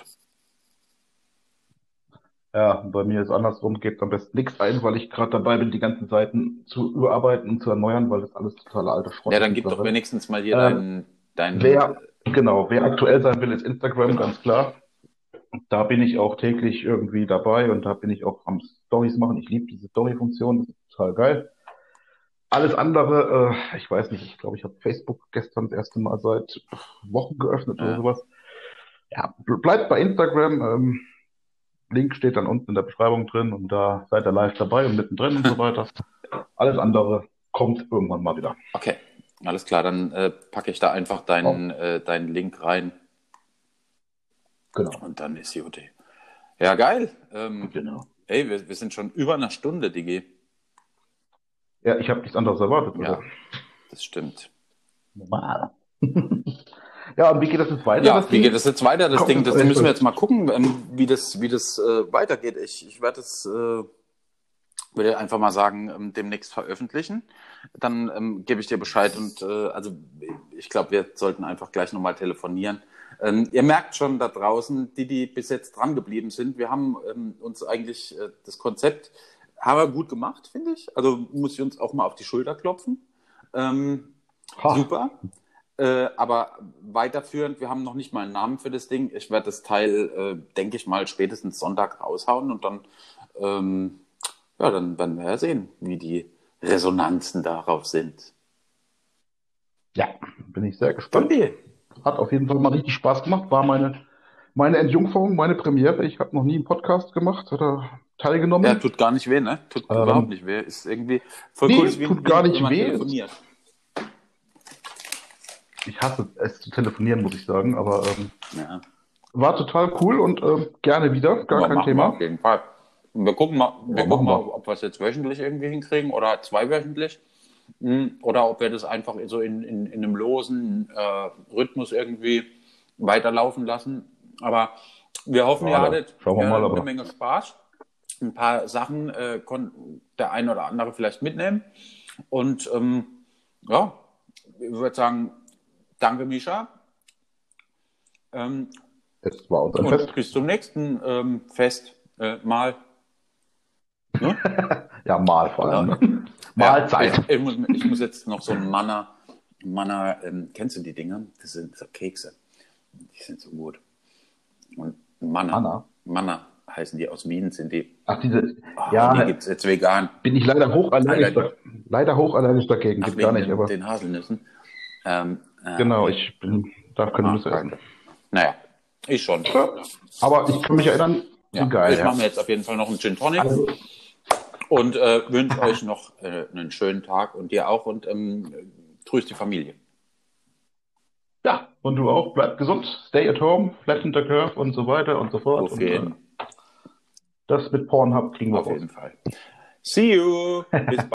[SPEAKER 2] Ja, bei mir ist andersrum, gebt am besten nichts ein, weil ich gerade dabei bin, die ganzen Seiten zu überarbeiten und zu erneuern, weil das alles totaler alter Schrott
[SPEAKER 1] Ja,
[SPEAKER 2] ist
[SPEAKER 1] dann gib doch
[SPEAKER 2] mittlerweile.
[SPEAKER 1] wenigstens mal hier
[SPEAKER 2] Ähm,
[SPEAKER 1] deinen, deinen,
[SPEAKER 2] wer, genau, wer aktuell sein will, ist Instagram,
[SPEAKER 1] genau.
[SPEAKER 2] ganz klar. Da bin ich auch täglich irgendwie dabei und da bin ich auch am Stories machen. Ich liebe diese Story-Funktion, das ist total geil. Alles andere, äh, ich weiß nicht, ich glaube, ich habe Facebook gestern das erste Mal seit Wochen geöffnet oder
[SPEAKER 1] Ja.
[SPEAKER 2] sowas. Ja, bleibt bei Instagram. Ähm, Link steht dann unten in der Beschreibung drin und da seid ihr live dabei und mittendrin und so weiter. Alles andere kommt irgendwann mal wieder.
[SPEAKER 1] Okay, alles klar, dann äh, packe ich da einfach
[SPEAKER 2] Oh,
[SPEAKER 1] deinen, äh, deinen Link rein
[SPEAKER 2] genau,
[SPEAKER 1] und dann ist die Idee. Ja, geil. Ähm,
[SPEAKER 2] genau.
[SPEAKER 1] ey, wir, wir sind schon über einer Stunde, Digi.
[SPEAKER 2] Ja, ich habe nichts anderes erwartet, oder?
[SPEAKER 1] Ja, das stimmt.
[SPEAKER 2] Normal. Ja, und wie geht das jetzt weiter,
[SPEAKER 1] Ja,
[SPEAKER 2] das
[SPEAKER 1] wie geht
[SPEAKER 2] Ding?
[SPEAKER 1] das jetzt weiter? Das
[SPEAKER 2] Kommt
[SPEAKER 1] Ding,
[SPEAKER 2] jetzt
[SPEAKER 1] das
[SPEAKER 2] alles
[SPEAKER 1] müssen wir
[SPEAKER 2] durch.
[SPEAKER 1] jetzt mal gucken, ähm, wie das, wie das äh, weitergeht. Ich, ich werde es, äh, würde einfach mal sagen, ähm, demnächst veröffentlichen. Dann ähm, gebe ich dir Bescheid und äh, also ich glaube, wir sollten einfach gleich nochmal telefonieren. Ähm, ihr merkt schon da draußen, die, die bis jetzt dran geblieben sind, wir haben ähm, uns eigentlich äh, das Konzept haben wir gut gemacht, finde ich. Also muss ich uns auch mal auf die Schulter klopfen. Ähm,
[SPEAKER 2] Ha,
[SPEAKER 1] super. Äh, aber weiterführend, wir haben noch nicht mal einen Namen für das Ding. Ich werde das Teil, äh, denke ich mal, spätestens Sonntag raushauen und dann, ähm, ja, dann werden wir ja sehen, wie die Resonanzen darauf sind.
[SPEAKER 2] ja, bin ich sehr gespannt.
[SPEAKER 1] Judy.
[SPEAKER 2] Hat auf jeden Fall mal richtig Spaß gemacht. War meine, meine Entjungferung, meine Premiere. Ich habe noch nie einen Podcast gemacht oder
[SPEAKER 1] Ja,
[SPEAKER 2] teilgenommen.
[SPEAKER 1] tut gar nicht weh, ne? Tut überhaupt
[SPEAKER 2] Ähm,
[SPEAKER 1] nicht weh. Ist irgendwie voll cool, ist
[SPEAKER 2] nee,
[SPEAKER 1] wie,
[SPEAKER 2] tut gar
[SPEAKER 1] wie wenn
[SPEAKER 2] nicht
[SPEAKER 1] man
[SPEAKER 2] weh.
[SPEAKER 1] telefoniert.
[SPEAKER 2] Ich hasse es zu telefonieren, muss ich sagen, aber ähm,
[SPEAKER 1] Ja.
[SPEAKER 2] war total cool und ähm, gerne wieder, gar
[SPEAKER 1] Ja,
[SPEAKER 2] kein
[SPEAKER 1] machen wir
[SPEAKER 2] Thema.
[SPEAKER 1] auf jeden Fall. Und wir gucken mal, wir
[SPEAKER 2] Ja,
[SPEAKER 1] gucken
[SPEAKER 2] machen
[SPEAKER 1] mal,
[SPEAKER 2] wir.
[SPEAKER 1] ob wir es jetzt wöchentlich irgendwie hinkriegen oder zweiwöchentlich. Mm, Oder ob wir das einfach so in, in, in einem losen äh, Rhythmus irgendwie weiterlaufen lassen. Aber wir hoffen, ihr
[SPEAKER 2] Ja, da
[SPEAKER 1] hattet
[SPEAKER 2] schauen wir
[SPEAKER 1] äh,
[SPEAKER 2] mal,
[SPEAKER 1] eine
[SPEAKER 2] aber
[SPEAKER 1] Menge Spaß. Ein paar Sachen äh, konnte der ein oder andere vielleicht mitnehmen. Und ähm, ja, ich würde sagen, danke, Misha. Ähm,
[SPEAKER 2] es war uns ein
[SPEAKER 1] und
[SPEAKER 2] Fest.
[SPEAKER 1] bis zum nächsten ähm, Fest äh, mal. Ne?
[SPEAKER 2] Ja, mal vor allem.
[SPEAKER 1] Genau.
[SPEAKER 2] Ne?
[SPEAKER 1] Ja, ich,
[SPEAKER 2] Mahlzeit.
[SPEAKER 1] ich, muss, ich muss jetzt noch so ein Manna, Manna, ähm, kennst du die Dinger? Das sind so Kekse. Die sind so gut. Und Manna,
[SPEAKER 2] Anna.
[SPEAKER 1] Manna, heißen die, aus Wien sind die.
[SPEAKER 2] Ach, diese,
[SPEAKER 1] Oh,
[SPEAKER 2] ja,
[SPEAKER 1] die gibt es jetzt vegan.
[SPEAKER 2] bin ich leider hochallergisch,
[SPEAKER 1] Alter,
[SPEAKER 2] da, leider hochallergisch dagegen,
[SPEAKER 1] Ach,
[SPEAKER 2] geht gar
[SPEAKER 1] wegen
[SPEAKER 2] nicht,
[SPEAKER 1] den,
[SPEAKER 2] aber
[SPEAKER 1] den Haselnüssen. Ähm, äh,
[SPEAKER 2] genau,
[SPEAKER 1] okay.
[SPEAKER 2] ich bin, darf keine
[SPEAKER 1] Ah,
[SPEAKER 2] Nüsse essen.
[SPEAKER 1] kacke. Naja, ich schon.
[SPEAKER 2] Aber ich kann mich erinnern,
[SPEAKER 1] Ja,
[SPEAKER 2] geil,
[SPEAKER 1] ich
[SPEAKER 2] ja.
[SPEAKER 1] mache mir jetzt auf jeden Fall noch einen Gin Tonic
[SPEAKER 2] Also,
[SPEAKER 1] und äh, wünsche euch noch äh, einen schönen Tag und dir auch und ähm, grüß die Familie.
[SPEAKER 2] ja, und du auch, bleib gesund, stay at home, flatten the curve und so weiter und so fort.
[SPEAKER 1] Auf
[SPEAKER 2] Und äh,
[SPEAKER 1] jeden,
[SPEAKER 2] das mit Pornhub kriegen wir
[SPEAKER 1] auf
[SPEAKER 2] raus.
[SPEAKER 1] jeden Fall. See you. Bis bald.